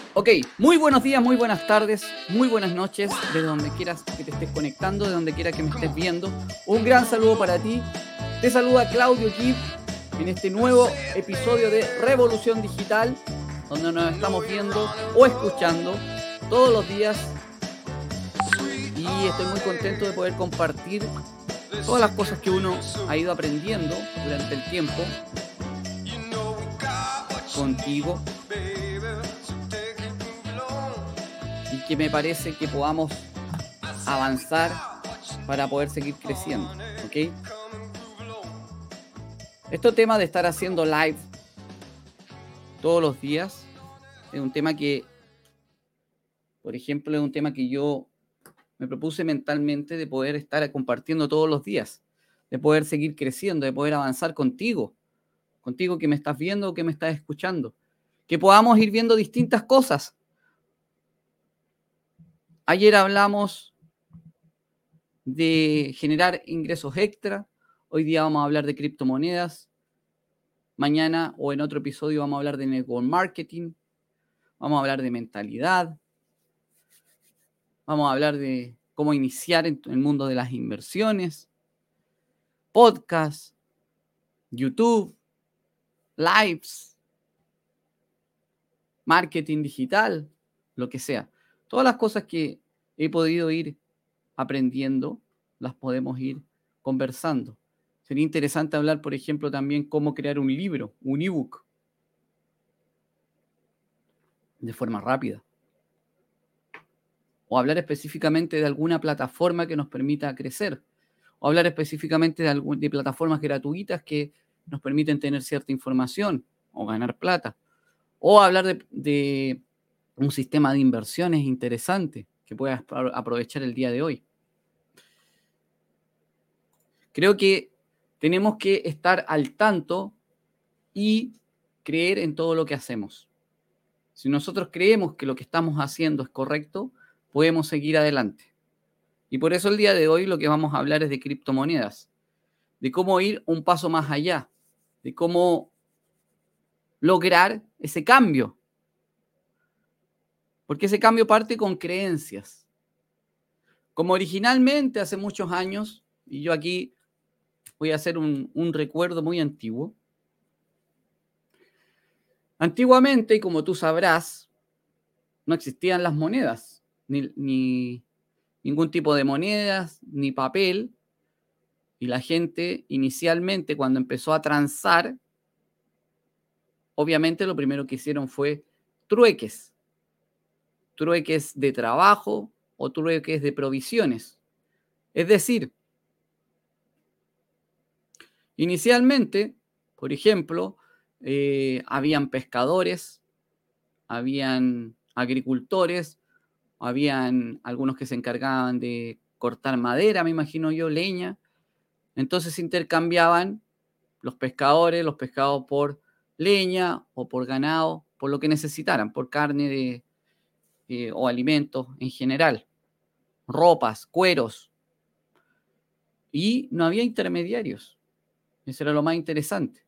Ok, muy buenos días, muy buenas tardes, muy buenas noches, desde donde quieras que te estés conectando, de donde quiera que me estés viendo. Un gran saludo para ti. Te saluda Claudio Kid en este nuevo episodio de Revolución Digital, donde nos estamos viendo o escuchando todos los días. Y estoy muy contento de poder compartir todas las cosas que uno ha ido aprendiendo durante el tiempo contigo, y que me parece que podamos avanzar para poder seguir creciendo, ¿ok? Este tema de estar haciendo live todos los días es un tema que, por ejemplo, es un tema que yo me propuse mentalmente de poder estar compartiendo todos los días, de poder seguir creciendo, de poder avanzar contigo que me estás viendo o que me estás escuchando, que podamos ir viendo distintas cosas. Ayer hablamos de generar ingresos extra, hoy día vamos a hablar de criptomonedas, mañana o en otro episodio vamos a hablar de network marketing, vamos a hablar de mentalidad, vamos a hablar de cómo iniciar en el mundo de las inversiones, podcast, YouTube, lives, marketing digital, lo que sea. Todas las cosas que he podido ir aprendiendo, las podemos ir conversando. Sería interesante hablar, por ejemplo, también cómo crear un libro, un ebook, de forma rápida. O hablar específicamente de alguna plataforma que nos permita crecer. O hablar específicamente de plataformas gratuitas que nos permiten tener cierta información o ganar plata. O hablar de un sistema de inversiones interesante que puedas aprovechar el día de hoy. Creo que tenemos que estar al tanto y creer en todo lo que hacemos. Si nosotros creemos que lo que estamos haciendo es correcto, podemos seguir adelante. Y por eso el día de hoy lo que vamos a hablar es de criptomonedas, de cómo ir un paso más allá, de cómo lograr ese cambio. Porque ese cambio parte con creencias. Como originalmente hace muchos años, y yo aquí voy a hacer un recuerdo muy antiguo. Antiguamente, y como tú sabrás, no existían las monedas, ni ningún tipo de monedas, ni papel. Y la gente inicialmente, cuando empezó a transar, obviamente lo primero que hicieron fue trueques de trabajo o trueques de provisiones. Es decir, inicialmente, por ejemplo, habían pescadores, habían agricultores, habían algunos que se encargaban de cortar madera, me imagino yo, leña. Entonces se intercambiaban los pescados por leña o por ganado, por lo que necesitaran, por carne o alimentos en general, ropas, cueros. Y no había intermediarios. Eso era lo más interesante.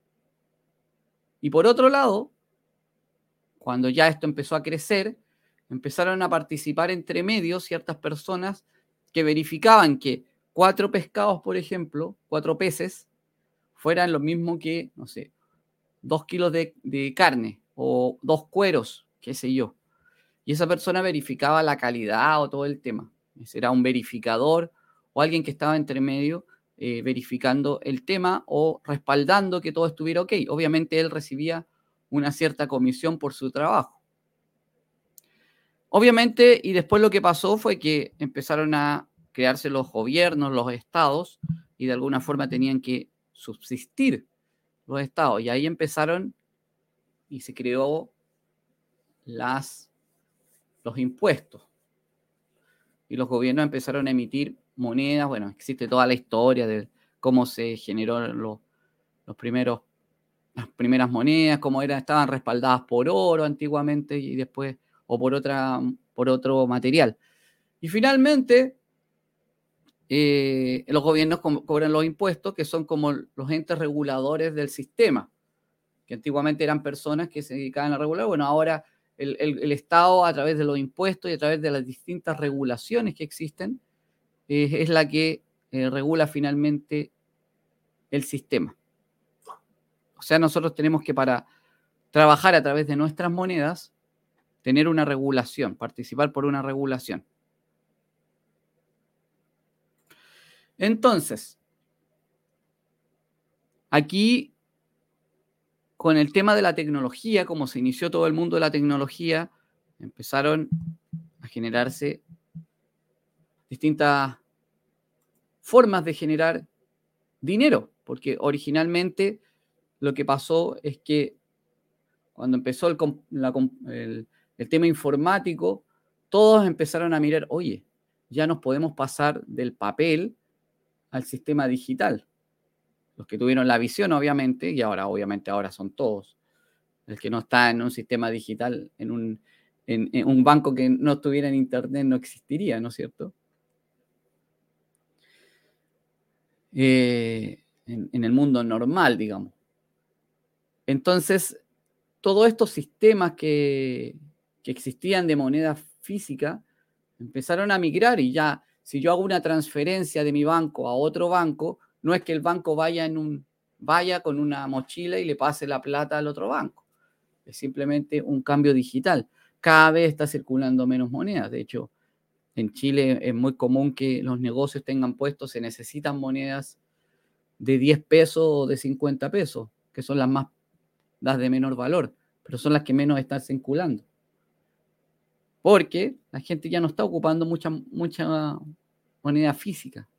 Y por otro lado, cuando ya esto empezó a crecer, empezaron a participar entre medios ciertas personas que verificaban que 4 pescados, por ejemplo, 4 peces, fueran lo mismo que, no sé, 2 kilos de carne o 2 cueros, qué sé yo. Y esa persona verificaba la calidad o todo el tema. Ese era un verificador o alguien que estaba entre medio verificando el tema o respaldando que todo estuviera ok. Obviamente él recibía una cierta comisión por su trabajo. Obviamente, y después lo que pasó fue que empezaron a crearse los gobiernos, los estados, y de alguna forma tenían que subsistir los estados. Y ahí empezaron y se creó los impuestos. Y los gobiernos empezaron a emitir monedas. Bueno, existe toda la historia de cómo se generó las primeras monedas, cómo estaban respaldadas por oro antiguamente y después, o por otro material. Y finalmente, los gobiernos cobran los impuestos, que son como los entes reguladores del sistema, que antiguamente eran personas que se dedicaban a regular. Bueno, ahora el Estado, a través de los impuestos y a través de las distintas regulaciones que existen, es la que regula finalmente el sistema. O sea, nosotros tenemos que, para trabajar a través de nuestras monedas, tener una regulación, participar por una regulación. Entonces, aquí, con el tema de la tecnología, como se inició todo el mundo de la tecnología, empezaron a generarse distintas formas de generar dinero, porque originalmente lo que pasó es que cuando empezó el tema informático, todos empezaron a mirar, oye, ya nos podemos pasar del papel al sistema digital. Los que tuvieron la visión, obviamente, y obviamente ahora son todos. El que no está en un sistema digital, en un banco que no estuviera en internet, no existiría, ¿no es cierto? En el mundo normal, digamos. Entonces, todos estos sistemas que existían de moneda física empezaron a migrar, y ya, si yo hago una transferencia de mi banco a otro banco, no es que el banco vaya con una mochila y le pase la plata al otro banco. Es simplemente un cambio digital. Cada vez está circulando menos monedas. De hecho, en Chile es muy común que los negocios tengan puestos, se necesitan monedas de 10 pesos o de 50 pesos, que son las de menor valor, pero son las que menos están circulando. Porque la gente ya no está ocupando mucha moneda física.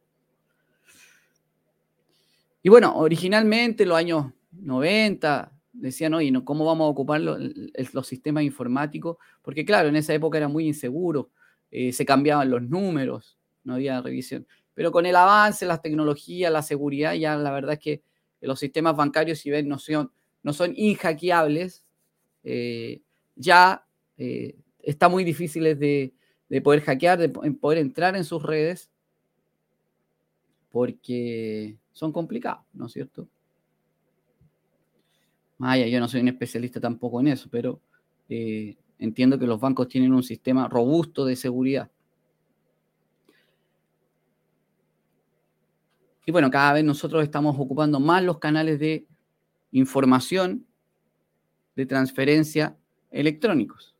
Y bueno, originalmente en los años 90 decían, oye, ¿cómo vamos a ocupar los sistemas informáticos? Porque claro, en esa época era muy inseguro, se cambiaban los números, no había revisión. Pero con el avance, las tecnologías, la seguridad, ya la verdad es que los sistemas bancarios, si ven, no son inhackeables, ya está muy difíciles de poder hackear, de poder entrar en sus redes, porque son complicados, ¿no es cierto? Yo no soy un especialista tampoco en eso, pero entiendo que los bancos tienen un sistema robusto de seguridad. Y bueno, cada vez nosotros estamos ocupando más los canales de información, de transferencia electrónicos.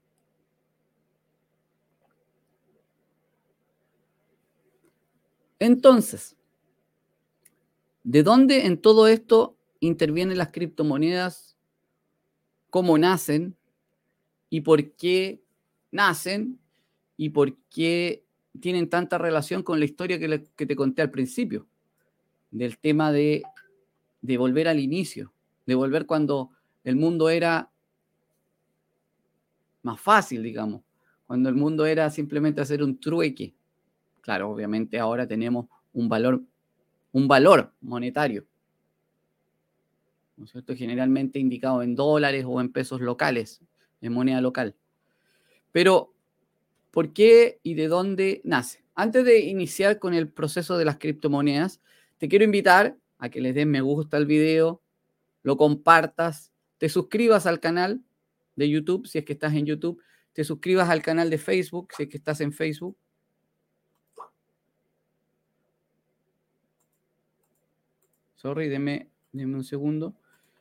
Entonces, ¿de dónde en todo esto intervienen las criptomonedas? ¿Cómo nacen? ¿Y por qué nacen? ¿Y por qué tienen tanta relación con la historia que te conté al principio? Del tema de volver al inicio, de volver cuando el mundo era más fácil, digamos, cuando el mundo era simplemente hacer un trueque. Claro, obviamente ahora tenemos un valor monetario, ¿no es cierto? Generalmente indicado en dólares o en pesos locales, en moneda local. Pero, ¿por qué y de dónde nace? Antes de iniciar con el proceso de las criptomonedas, te quiero invitar a que les des me gusta al video, lo compartas, te suscribas al canal de YouTube si es que estás en YouTube, te suscribas al canal de Facebook si es que estás en Facebook. Sorry, deme un segundo.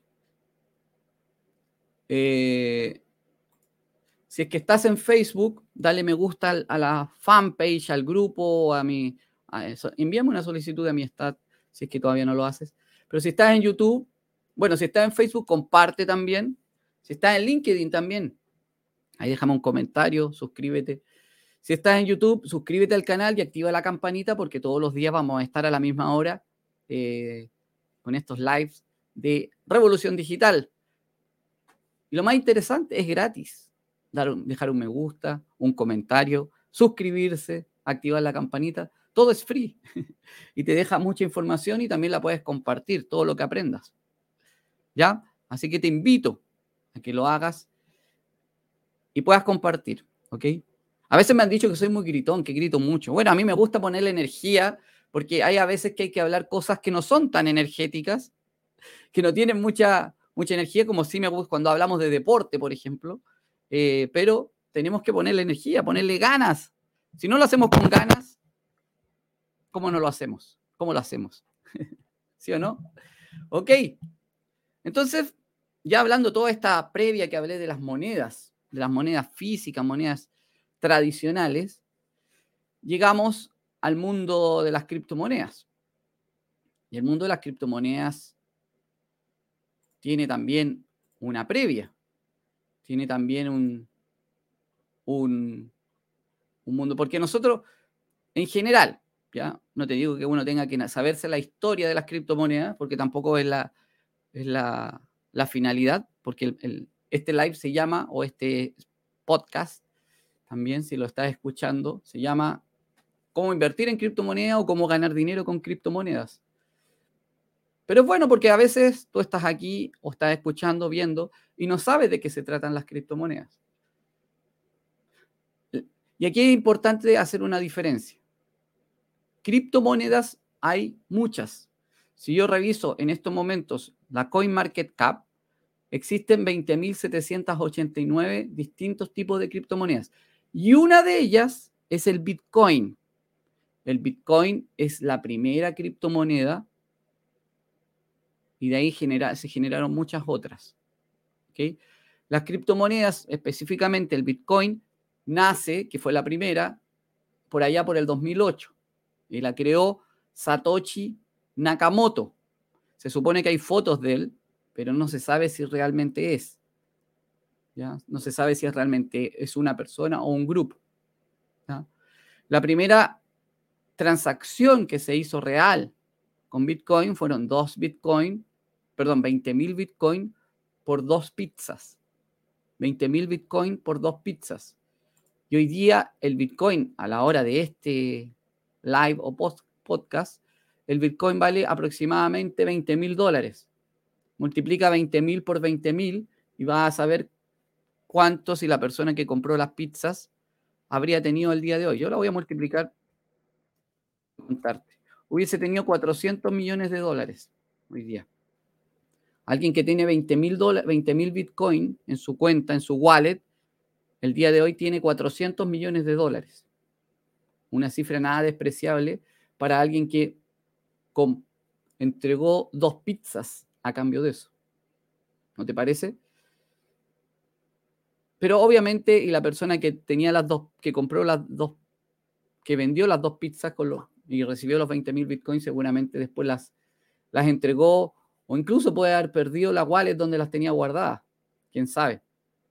Si es que estás en Facebook, dale me gusta a la fanpage, al grupo, envíame una solicitud de amistad si es que todavía no lo haces. Pero si estás en YouTube, bueno, si estás en Facebook, comparte también. Si estás en LinkedIn también, ahí déjame un comentario, suscríbete. Si estás en YouTube, suscríbete al canal y activa la campanita, porque todos los días vamos a estar a la misma hora con estos lives de Revolución Digital. Y lo más interesante, es gratis. Dejar un me gusta, un comentario, suscribirse, activar la campanita. Todo es free y te deja mucha información, y también la puedes compartir, todo lo que aprendas. ¿Ya? Así que te invito a que lo hagas y puedas compartir, ¿ok? A veces me han dicho que soy muy gritón, que grito mucho. Bueno, a mí me gusta ponerle energía, porque hay a veces que hay que hablar cosas que no son tan energéticas, que no tienen mucha energía, como si me gusta cuando hablamos de deporte, por ejemplo. pero tenemos que ponerle energía, ponerle ganas. Si no lo hacemos con ganas, ¿cómo no lo hacemos? ¿Cómo lo hacemos? ¿Sí o no? Ok. Entonces, ya hablando toda esta previa que hablé de las monedas físicas, monedas tradicionales, llegamos al mundo de las criptomonedas. Y el mundo de las criptomonedas tiene también una previa, tiene también un mundo, porque nosotros, en general, ya no te digo que uno tenga que saberse la historia de las criptomonedas, porque tampoco es la finalidad, porque este live se llama, o este podcast, también si lo estás escuchando, se llama cómo invertir en criptomonedas o cómo ganar dinero con criptomonedas. Pero es bueno porque a veces tú estás aquí o estás escuchando, viendo, y no sabes de qué se tratan las criptomonedas. Y aquí es importante hacer una diferencia. Criptomonedas hay muchas. Si yo reviso en estos momentos la CoinMarketCap, existen 20.789 distintos tipos de criptomonedas. Y una de ellas es el Bitcoin. El Bitcoin es la primera criptomoneda y de ahí se generaron muchas otras. ¿Okay? Las criptomonedas, específicamente el Bitcoin, nace, que fue la primera, por allá por el 2008. Y la creó Satoshi Nakamoto. Se supone que hay fotos de él, pero no se sabe si realmente es. ¿Ya? No se sabe si realmente es una persona o un grupo. ¿Ya? La primera transacción que se hizo real con Bitcoin fueron 20.000 Bitcoin por 2 pizzas. 20.000 Bitcoin por 2 pizzas. Y hoy día el Bitcoin, a la hora de este live o podcast, el Bitcoin vale aproximadamente $20.000. Multiplica 20.000 por 20.000 y vas a saber cuánto, si la persona que compró las pizzas habría tenido el día de hoy. Yo la voy a multiplicar, contarte. Hubiese tenido $400 millones hoy día. Alguien que tiene 20.000 Bitcoin en su cuenta, en su wallet, el día de hoy tiene $400 millones. Una cifra nada despreciable para alguien que entregó 2 pizzas a cambio de eso. ¿No te parece? Pero obviamente, y la persona que tenía las dos, que compró las dos, que vendió las 2 pizzas y recibió los 20.000 Bitcoins, seguramente después las entregó, o incluso puede haber perdido la wallet donde las tenía guardadas. ¿Quién sabe?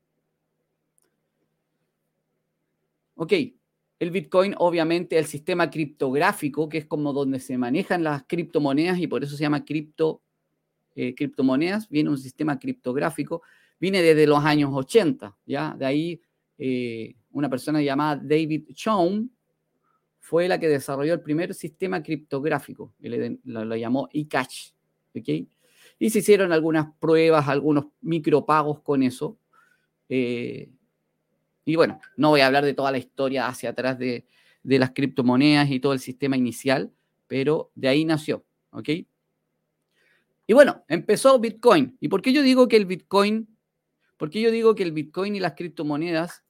Ok, el Bitcoin, obviamente, el sistema criptográfico, que es como donde se manejan las criptomonedas y por eso se llama criptomonedas, viene un sistema criptográfico, viene desde los años 80, ¿ya? De ahí una persona llamada David Chaum fue la que desarrolló el primer sistema criptográfico, lo llamó eCash, ¿ok? Y se hicieron algunas pruebas, algunos micropagos con eso. Y bueno, no voy a hablar de toda la historia hacia atrás de las criptomonedas y todo el sistema inicial, pero de ahí nació, ¿ok? Y bueno, empezó Bitcoin. ¿Y por qué yo digo que el Bitcoin y las criptomonedas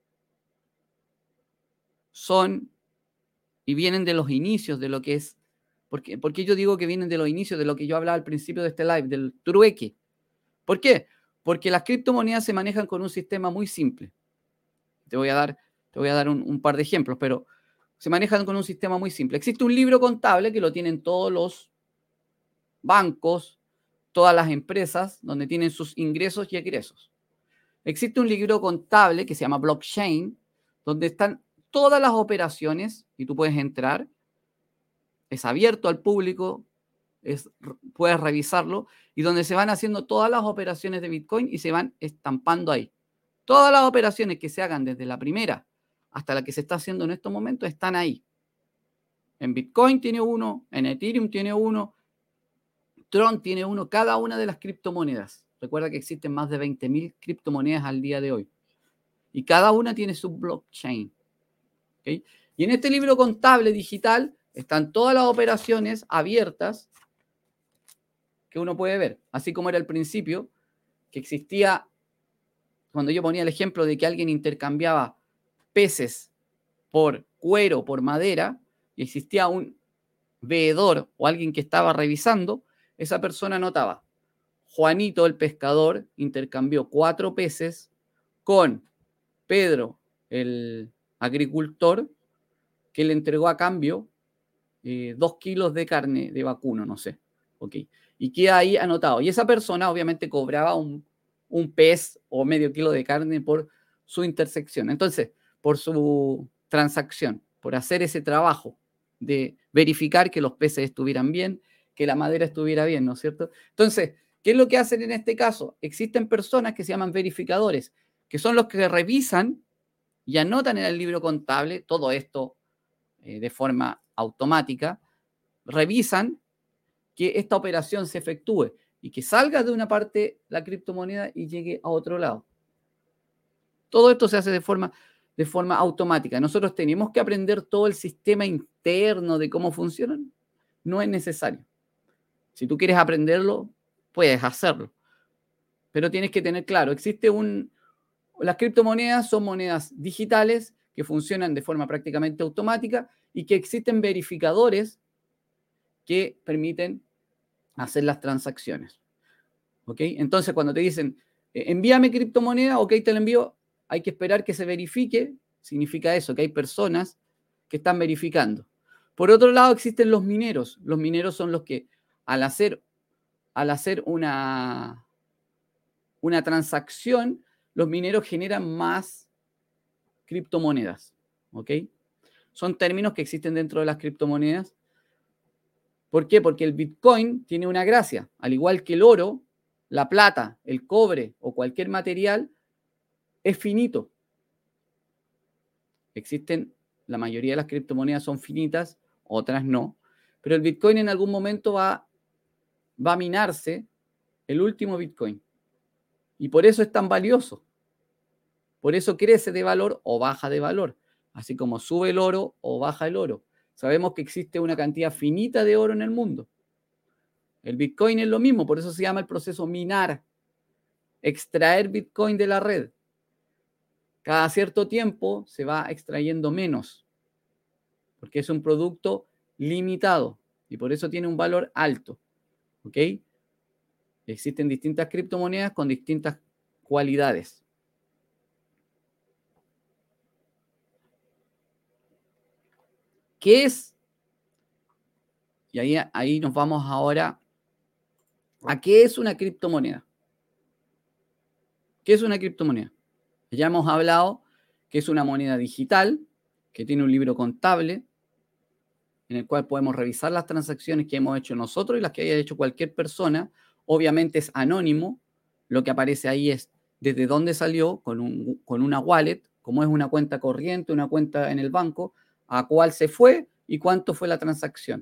son y vienen de los inicios de lo que es? ¿Por qué yo digo que vienen de los inicios de lo que yo hablaba al principio de este live, del trueque? ¿Por qué? Porque las criptomonedas se manejan con un sistema muy simple. Te voy a dar un par de ejemplos, pero se manejan con un sistema muy simple. Existe un libro contable que lo tienen todos los bancos, todas las empresas, donde tienen sus ingresos y egresos. Existe un libro contable que se llama blockchain, donde están todas las operaciones y tú puedes entrar, es abierto al público, puedes revisarlo, y donde se van haciendo todas las operaciones de Bitcoin y se van estampando ahí. Todas las operaciones que se hagan desde la primera hasta la que se está haciendo en estos momentos están ahí. En Bitcoin tiene uno, en Ethereum tiene uno, Tron tiene uno, cada una de las criptomonedas. Recuerda que existen más de 20.000 criptomonedas al día de hoy. Y cada una tiene su blockchain. ¿Okay? Y en este libro contable digital están todas las operaciones abiertas que uno puede ver. Así como era al principio, que existía cuando yo ponía el ejemplo de que alguien intercambiaba peces por cuero, por madera, y existía un veedor o alguien que estaba revisando, esa persona notaba: Juanito el pescador intercambió 4 peces con Pedro el agricultor, que le entregó a cambio 2 kilos de carne de vacuno, no sé. Okay. Y queda ahí anotado. Y esa persona obviamente cobraba un pez o medio kilo de carne por su intersección. Entonces, por su transacción, por hacer ese trabajo de verificar que los peces estuvieran bien, que la madera estuviera bien, ¿no es cierto? Entonces, ¿qué es lo que hacen en este caso? Existen personas que se llaman verificadores, que son los que revisan y anotan en el libro contable todo esto de forma automática, revisan que esta operación se efectúe y que salga de una parte la criptomoneda y llegue a otro lado. Todo esto se hace de forma automática. Nosotros tenemos que aprender todo el sistema interno de cómo funcionan. No es necesario. Si tú quieres aprenderlo, puedes hacerlo. Pero tienes que tener claro, las criptomonedas son monedas digitales que funcionan de forma prácticamente automática y que existen verificadores que permiten hacer las transacciones. ¿Ok? Entonces, cuando te dicen, envíame criptomoneda, ok, te la envío, hay que esperar que se verifique. Significa eso, que hay personas que están verificando. Por otro lado, existen los mineros. Los mineros son los que, al hacer una transacción, los mineros generan más criptomonedas. ¿Ok? Son términos que existen dentro de las criptomonedas. ¿Por qué? Porque el Bitcoin tiene una gracia. Al igual que el oro, la plata, el cobre o cualquier material, es finito. La mayoría de las criptomonedas son finitas, otras no. Pero el Bitcoin en algún momento va a minarse el último Bitcoin. Y por eso es tan valioso. Por eso crece de valor o baja de valor. Así como sube el oro o baja el oro. Sabemos que existe una cantidad finita de oro en el mundo. El Bitcoin es lo mismo, por eso se llama el proceso minar. Extraer Bitcoin de la red. Cada cierto tiempo se va extrayendo menos, porque es un producto limitado y por eso tiene un valor alto. ¿Ok? Existen distintas criptomonedas con distintas cualidades. ¿Qué es? Y ahí nos vamos ahora a qué es una criptomoneda. ¿Qué es una criptomoneda? Ya hemos hablado que es una moneda digital, que tiene un libro contable, en el cual podemos revisar las transacciones que hemos hecho nosotros y las que haya hecho cualquier persona. Obviamente es anónimo. Lo que aparece ahí es desde dónde salió con una wallet, como es una cuenta corriente, una cuenta en el banco, a cuál se fue y cuánto fue la transacción.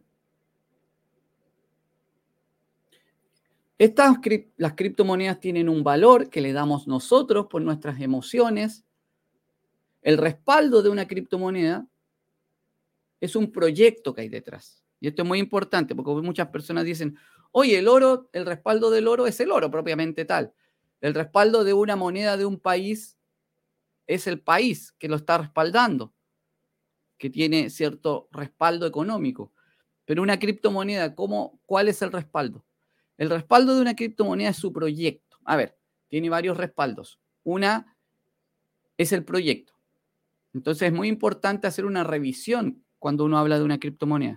Las criptomonedas tienen un valor que le damos nosotros por nuestras emociones. El respaldo de una criptomoneda es un proyecto que hay detrás. Y esto es muy importante porque muchas personas dicen, oye, el respaldo del oro es el oro propiamente tal. El respaldo de una moneda de un país es el país que lo está respaldando, que tiene cierto respaldo económico. Pero una criptomoneda, ¿cuál es el respaldo? El respaldo de una criptomoneda es su proyecto. A ver, tiene varios respaldos. Una es el proyecto. Entonces es muy importante hacer una revisión cuando uno habla de una criptomoneda.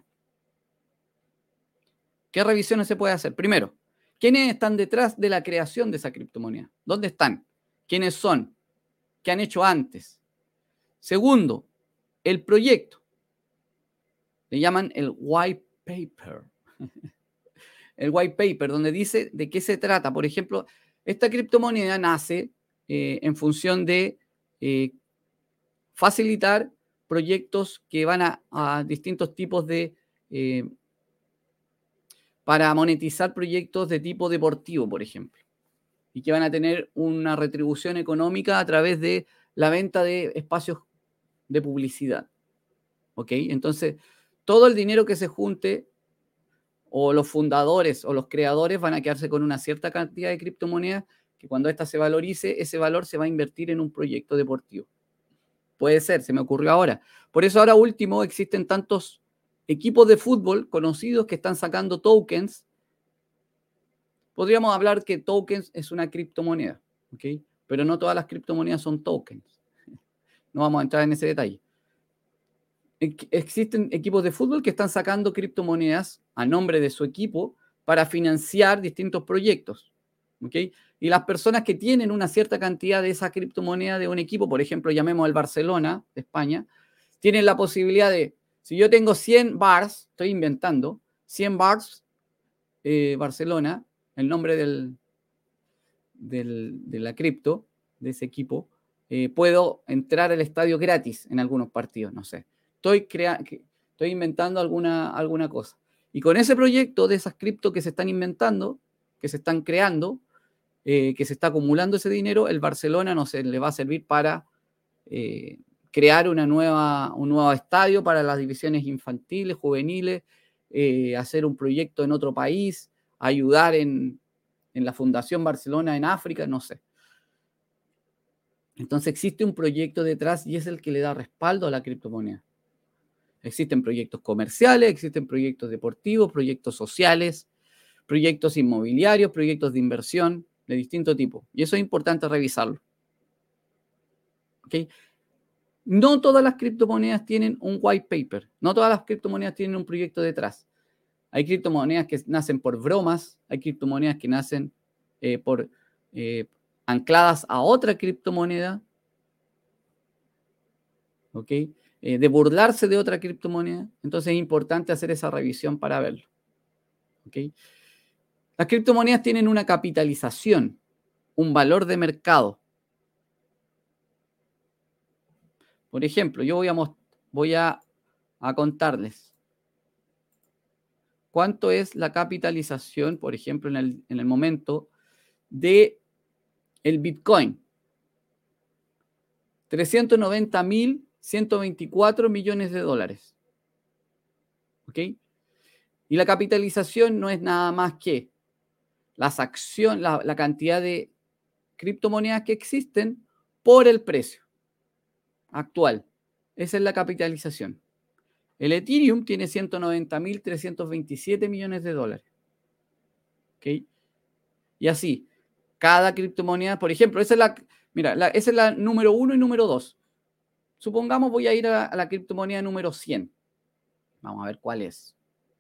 ¿Qué revisiones se puede hacer? Primero, ¿quiénes están detrás de la creación de esa criptomoneda? ¿Dónde están? ¿Quiénes son? ¿Qué han hecho antes? Segundo, el proyecto. Le llaman el white paper. El white paper, donde dice de qué se trata. Por ejemplo, esta criptomoneda nace en función de facilitar proyectos que van a distintos tipos para monetizar proyectos de tipo deportivo, por ejemplo, y que van a tener una retribución económica a través de la venta de espacios de publicidad. ¿Ok? Entonces, todo el dinero que se junte, o los fundadores o los creadores van a quedarse con una cierta cantidad de criptomonedas que cuando esta se valorice, ese valor se va a invertir en un proyecto deportivo. Puede ser, se me ocurrió ahora. Por eso ahora último existen tantos equipos de fútbol conocidos que están sacando tokens. Podríamos hablar que tokens es una criptomoneda, ¿ok? Pero no todas las criptomonedas son tokens. No vamos a entrar en ese detalle. Existen equipos de fútbol que están sacando criptomonedas a nombre de su equipo para financiar distintos proyectos, ¿ok? Y las personas que tienen una cierta cantidad de esa criptomoneda de un equipo, por ejemplo, llamemos al Barcelona de España, tienen la posibilidad de, si yo tengo 100 bars, estoy inventando, 100 bars Barcelona, el nombre de la cripto, de ese equipo, puedo entrar al estadio gratis en algunos partidos, no sé. Estoy inventando alguna cosa. Y con ese proyecto de esas cripto que se están inventando, que se están creando, que se está acumulando ese dinero, el Barcelona no sé, le va a servir para crear un nuevo estadio para las divisiones infantiles, juveniles, hacer un proyecto en otro país, ayudar en la Fundación Barcelona en África, no sé. Entonces existe un proyecto detrás y es el que le da respaldo a la criptomoneda. Existen proyectos comerciales, existen proyectos deportivos, proyectos sociales, proyectos inmobiliarios, proyectos de inversión de distinto tipo. Y eso es importante revisarlo. ¿Okay? No todas las criptomonedas tienen un white paper. No todas las criptomonedas tienen un proyecto detrás. Hay criptomonedas que nacen por bromas, hay criptomonedas que nacen por ancladas a otra criptomoneda, ¿ok? De burlarse de otra criptomoneda. Entonces es importante hacer esa revisión para verlo, ¿ok? Las criptomonedas tienen una capitalización, un valor de mercado. Por ejemplo, yo voy a contarles cuánto es la capitalización, por ejemplo, en el momento de el Bitcoin. 390.124 millones de dólares. ¿Ok? Y la capitalización no es nada más que la cantidad de criptomonedas que existen por el precio actual. Esa es la capitalización. El Ethereum tiene 190.327 millones de dólares. ¿Ok? Y así, cada criptomoneda, por ejemplo, esa es la número 1 y número 2. Supongamos voy a ir a la criptomoneda número 100. Vamos a ver cuál es.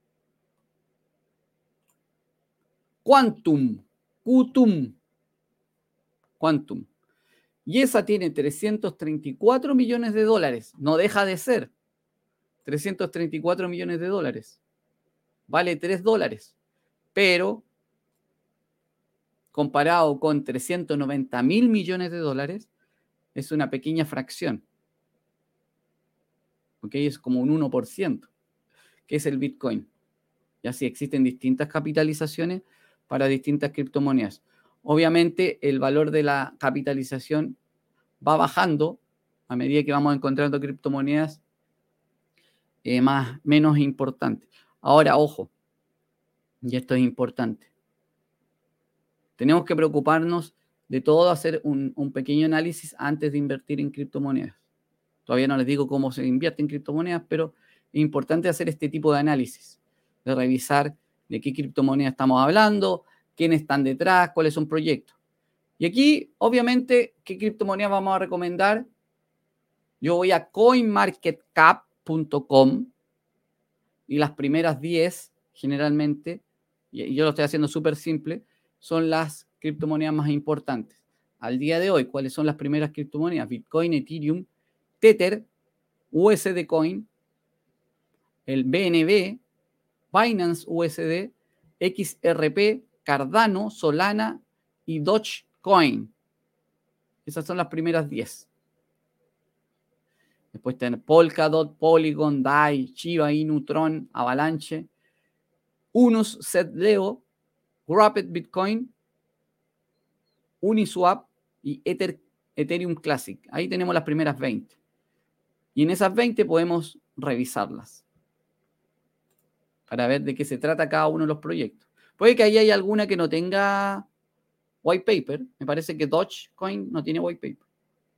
Quantum. Y esa tiene 334 millones de dólares. No deja de ser 334 millones de dólares. Vale $3. Pero comparado con 390.000 millones de dólares, es una pequeña fracción. ¿Ok? Es como un 1%, que es el Bitcoin. Y así existen distintas capitalizaciones para distintas criptomonedas. Obviamente, el valor de la capitalización va bajando a medida que vamos encontrando criptomonedas menos importantes. Ahora, ojo, y esto es importante. Tenemos que preocuparnos de todo, hacer un pequeño análisis antes de invertir en criptomonedas. Todavía no les digo cómo se invierte en criptomonedas, pero es importante hacer este tipo de análisis, de revisar de qué criptomoneda estamos hablando, quiénes están detrás, cuáles son proyectos. Y aquí, obviamente, ¿qué criptomoneda vamos a recomendar? Yo voy a coinmarketcap.com y las primeras 10, generalmente, y yo lo estoy haciendo súper simple, son las criptomonedas más importantes. Al día de hoy, ¿cuáles son las primeras criptomonedas? Bitcoin, Ethereum, Tether, USD Coin, el BNB, Binance USD, XRP, Cardano, Solana y Dogecoin. Esas son las primeras 10. Después tenemos Polkadot, Polygon, DAI, Shiba Inu, Tron, Avalanche, Unus, Leo, Rapid Bitcoin, Uniswap y Ethereum Classic. Ahí tenemos las primeras 20. Y en esas 20 podemos revisarlas para ver de qué se trata cada uno de los proyectos. Puede que ahí haya alguna que no tenga white paper. Me parece que Dogecoin no tiene white paper.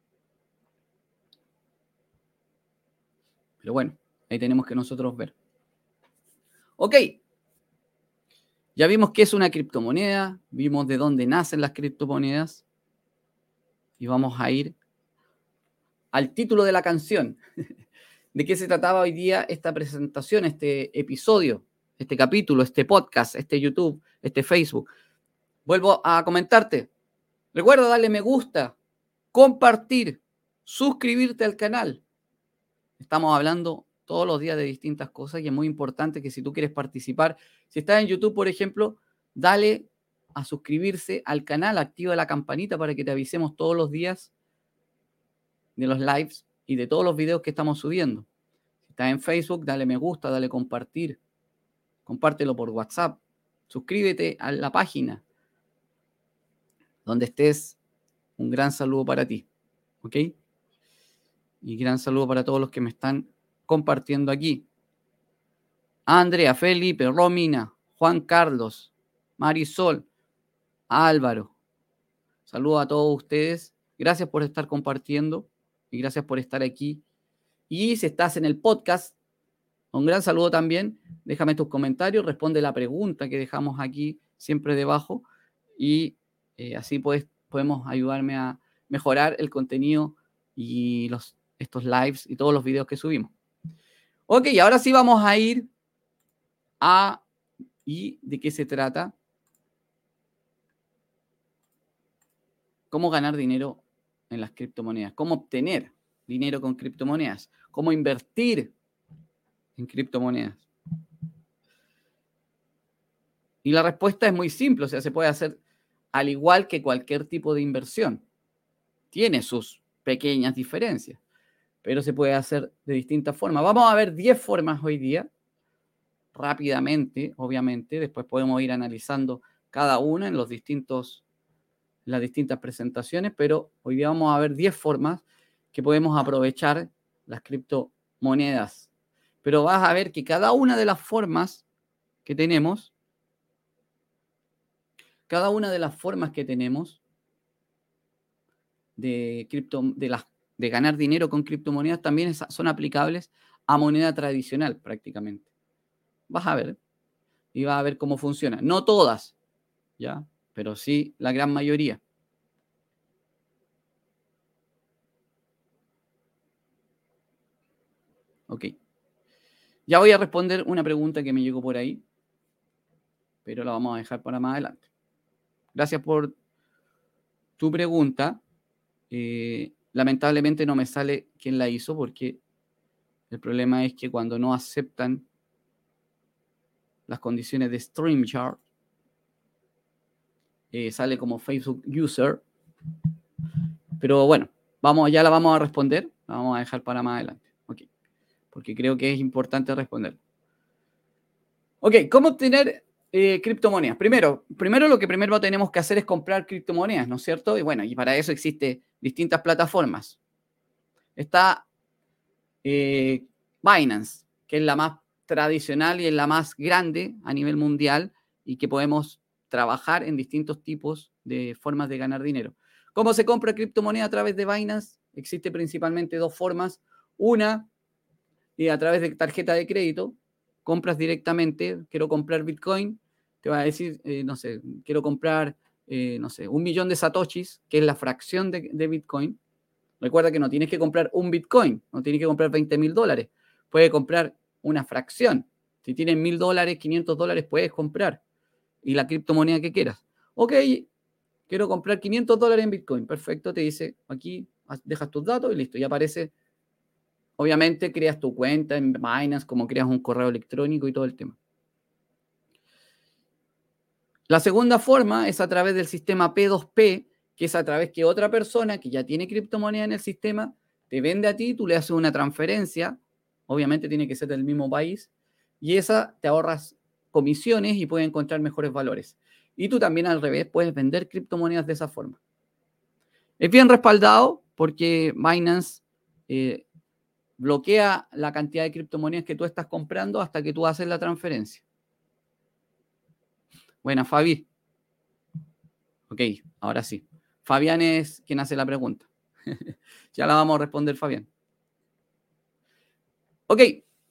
Pero bueno, ahí tenemos que nosotros ver. Ok. Ya vimos qué es una criptomoneda, vimos de dónde nacen las criptomonedas y vamos a ir al título de la canción. ¿De qué se trataba hoy día esta presentación, este episodio, este capítulo, este podcast, este YouTube, este Facebook? Vuelvo a comentarte. Recuerda darle me gusta, compartir, suscribirte al canal. Estamos hablando todos los días de distintas cosas y es muy importante que si tú quieres participar, si estás en YouTube, por ejemplo, dale a suscribirse al canal, activa la campanita para que te avisemos todos los días de los lives y de todos los videos que estamos subiendo. Si estás en Facebook, dale me gusta, dale compartir, compártelo por WhatsApp, suscríbete a la página donde estés. Un gran saludo para ti, ¿ok? Y gran saludo para todos los que me están compartiendo aquí. Andrea, Felipe, Romina, Juan Carlos, Marisol, Álvaro. Saludos a todos ustedes. Gracias por estar compartiendo y gracias por estar aquí. Y si estás en el podcast, un gran saludo también. Déjame tus comentarios, responde la pregunta que dejamos aquí siempre debajo y así podemos ayudarme a mejorar el contenido y estos lives y todos los videos que subimos. Ok, ahora sí vamos a ir a ¿y de qué se trata? Cómo ganar dinero en las criptomonedas, cómo obtener dinero con criptomonedas, cómo invertir en criptomonedas. Y la respuesta es muy simple, o sea, se puede hacer al igual que cualquier tipo de inversión. Tiene sus pequeñas diferencias, pero se puede hacer de distintas formas. Vamos a ver 10 formas hoy día, rápidamente, obviamente. Después podemos ir analizando cada una en las distintas presentaciones, pero hoy día vamos a ver 10 formas que podemos aprovechar las criptomonedas. Pero vas a ver que cada una de las formas que tenemos, de ganar dinero con criptomonedas también son aplicables a moneda tradicional prácticamente. Vas a ver y vas a ver cómo funciona. No todas, ¿ya? Pero sí la gran mayoría. Ok. Ya voy a responder una pregunta que me llegó por ahí, pero la vamos a dejar para más adelante. Gracias por tu pregunta. Lamentablemente no me sale quién la hizo porque el problema es que cuando no aceptan las condiciones de StreamYard, sale como Facebook User. Pero bueno, ya la vamos a responder. La vamos a dejar para más adelante. Ok. Porque creo que es importante responder. Ok, ¿cómo obtener criptomonedas? Primero lo que primero tenemos que hacer es comprar criptomonedas, ¿no es cierto? Y bueno, y para eso existen distintas plataformas. Está Binance, que es la más tradicional y es la más grande a nivel mundial y que podemos trabajar en distintos tipos de formas de ganar dinero. ¿Cómo se compra criptomoneda a través de Binance? Existe principalmente dos formas. Una, a través de tarjeta de crédito, compras directamente, quiero comprar Bitcoin, te va a decir, no sé, quiero comprar, no sé, 1 millón de satoshis, que es la fracción de Bitcoin. Recuerda que no tienes que comprar un Bitcoin, no tienes que comprar $20,000. Puedes comprar una fracción. Si tienes $1,000, $500, puedes comprar. Y la criptomoneda que quieras. Ok, quiero comprar $500 en Bitcoin. Perfecto, te dice aquí, dejas tus datos y listo. Y aparece, obviamente, creas tu cuenta en Binance, como creas un correo electrónico y todo el tema. La segunda forma es a través del sistema P2P, que es a través que otra persona que ya tiene criptomoneda en el sistema te vende a ti, tú le haces una transferencia, obviamente tiene que ser del mismo país, y esa te ahorras comisiones y puedes encontrar mejores valores. Y tú también al revés puedes vender criptomonedas de esa forma. Es bien respaldado porque Binance bloquea la cantidad de criptomonedas que tú estás comprando hasta que tú haces la transferencia. Buena, Fabi. Ok, ahora sí. Fabián es quien hace la pregunta. Ya la vamos a responder, Fabián. Ok.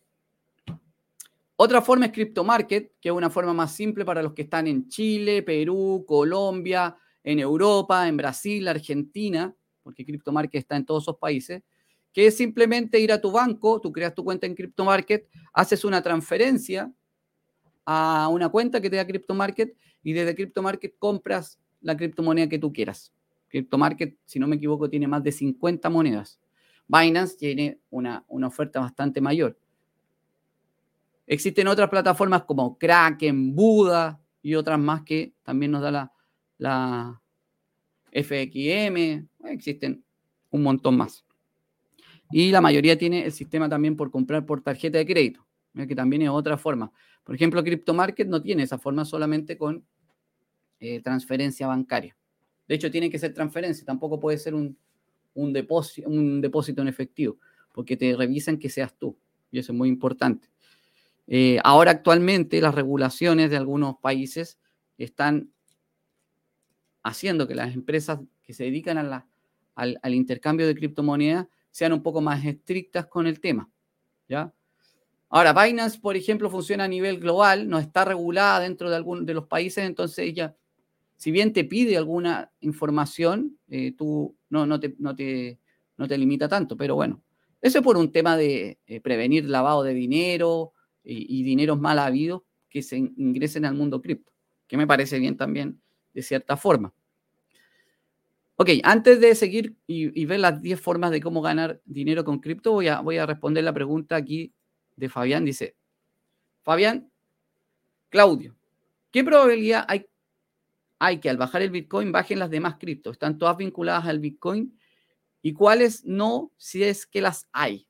Otra forma es CryptoMarket, que es una forma más simple para los que están en Chile, Perú, Colombia, en Europa, en Brasil, Argentina, porque CryptoMarket está en todos esos países, que es simplemente ir a tu banco, tú creas tu cuenta en CryptoMarket, haces una transferencia a una cuenta que te da CryptoMarket y desde CryptoMarket compras la criptomoneda que tú quieras. CryptoMarket, si no me equivoco, tiene más de 50 monedas. Binance tiene una oferta bastante mayor. Existen otras plataformas como Kraken, Buda y otras más que también nos da la FXM. Existen un montón más. Y la mayoría tiene el sistema también por comprar por tarjeta de crédito, que también es otra forma. Por ejemplo, CryptoMarket no tiene esa forma, solamente con transferencia bancaria. De hecho, tiene que ser transferencia, tampoco puede ser un depósito en efectivo, porque te revisan que seas tú, y eso es muy importante. Ahora actualmente las regulaciones de algunos países están haciendo que las empresas que se dedican al intercambio de criptomonedas sean un poco más estrictas con el tema, ¿ya? Ahora, Binance, por ejemplo, funciona a nivel global, no está regulada dentro de algunos de los países, entonces ella, si bien te pide alguna información, tú no te limita tanto, pero bueno, eso es por un tema de prevenir lavado de dinero y dineros mal habidos que se ingresen al mundo cripto, que me parece bien también de cierta forma. Ok, antes de seguir y ver las 10 formas de cómo ganar dinero con cripto, voy a responder la pregunta aquí de Fabián. Dice, Fabián, Claudio, ¿qué probabilidad hay que al bajar el Bitcoin bajen las demás criptos? ¿Están todas vinculadas al Bitcoin? ¿Y cuáles no, si es que las hay?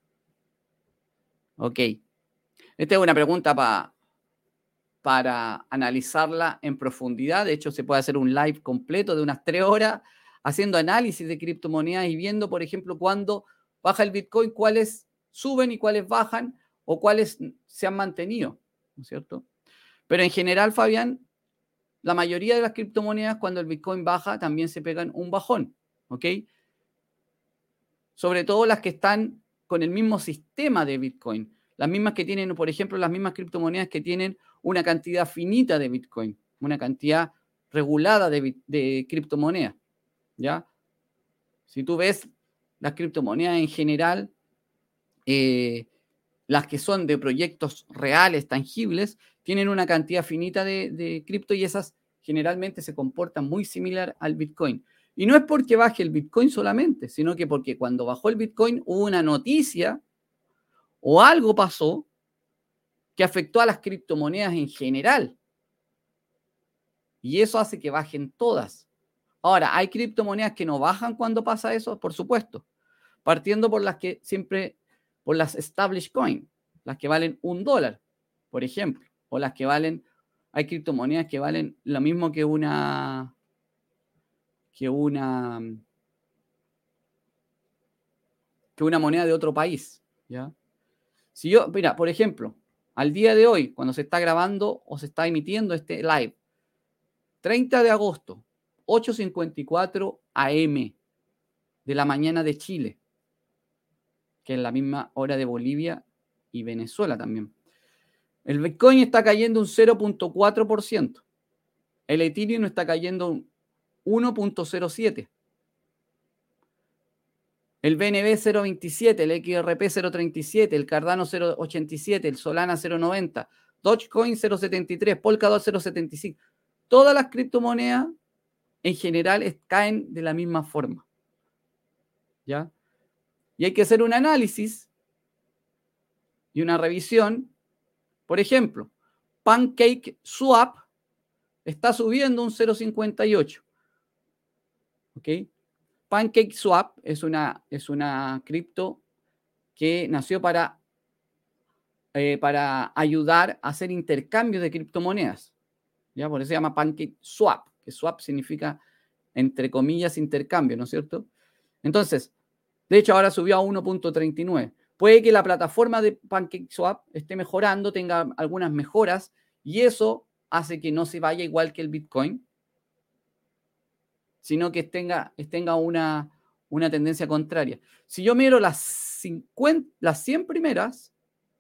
Ok, esta es una pregunta para analizarla en profundidad. De hecho, se puede hacer un live completo de unas 3 horas haciendo análisis de criptomonedas y viendo, por ejemplo, cuándo baja el Bitcoin, cuáles suben y cuáles bajan o cuáles se han mantenido, ¿no es cierto? Pero en general, Fabián, la mayoría de las criptomonedas, cuando el Bitcoin baja, también se pegan un bajón, ¿ok? Sobre todo las que están con el mismo sistema de Bitcoin. Las mismas que tienen, por ejemplo, las mismas criptomonedas que tienen una cantidad finita de Bitcoin, una cantidad regulada de criptomonedas, ¿ya? Si tú ves las criptomonedas en general, las que son de proyectos reales, tangibles, tienen una cantidad finita de cripto y esas generalmente se comportan muy similar al Bitcoin. Y no es porque baje el Bitcoin solamente, sino que porque cuando bajó el Bitcoin hubo una noticia o algo pasó que afectó a las criptomonedas en general. Y eso hace que bajen todas. Ahora, ¿hay criptomonedas que no bajan cuando pasa eso? Por supuesto. Partiendo por las que siempre, por las established coin, las que valen $1, por ejemplo. O las que valen, hay criptomonedas que valen lo mismo que una moneda de otro país, ¿ya? Si yo, mira, por ejemplo, al día de hoy, cuando se está grabando o se está emitiendo este live, 30 de agosto, 8:54 AM de la mañana de Chile, que es la misma hora de Bolivia y Venezuela también. El Bitcoin está cayendo un 0.4%. El Ethereum está cayendo un 1.07%. El BNB 0.27, el XRP 0.37, el Cardano 0.87, el Solana 0.90, Dogecoin 0.73, Polkadot 0.75. Todas las criptomonedas en general caen de la misma forma, ¿ya? Y hay que hacer un análisis y una revisión. Por ejemplo, PancakeSwap está subiendo un 0.58, ¿ok? PancakeSwap es una cripto que nació para ayudar a hacer intercambios de criptomonedas, ¿ya? Por eso se llama PancakeSwap, que swap significa, entre comillas, intercambio, ¿no es cierto? Entonces, de hecho, ahora subió a 1.39. Puede que la plataforma de PancakeSwap esté mejorando, tenga algunas mejoras, y eso hace que no se vaya igual que el Bitcoin, sino que tenga una tendencia contraria. Si yo miro las 100 primeras,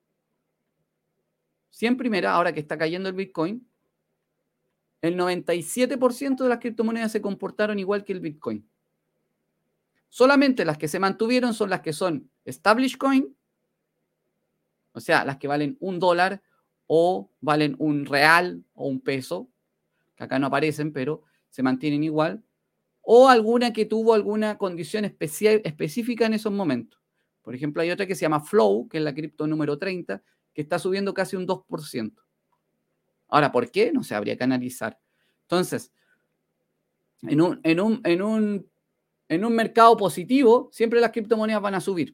ahora que está cayendo el Bitcoin, el 97% de las criptomonedas se comportaron igual que el Bitcoin. Solamente las que se mantuvieron son las que son established coin, o sea, las que valen $1 o valen un real o un peso, que acá no aparecen, pero se mantienen igual, o alguna que tuvo alguna condición específica en esos momentos. Por ejemplo, hay otra que se llama Flow, que es la cripto número 30, que está subiendo casi un 2%. Ahora, ¿por qué? No sé, habría que analizar. Entonces, en un mercado positivo, siempre las criptomonedas van a subir.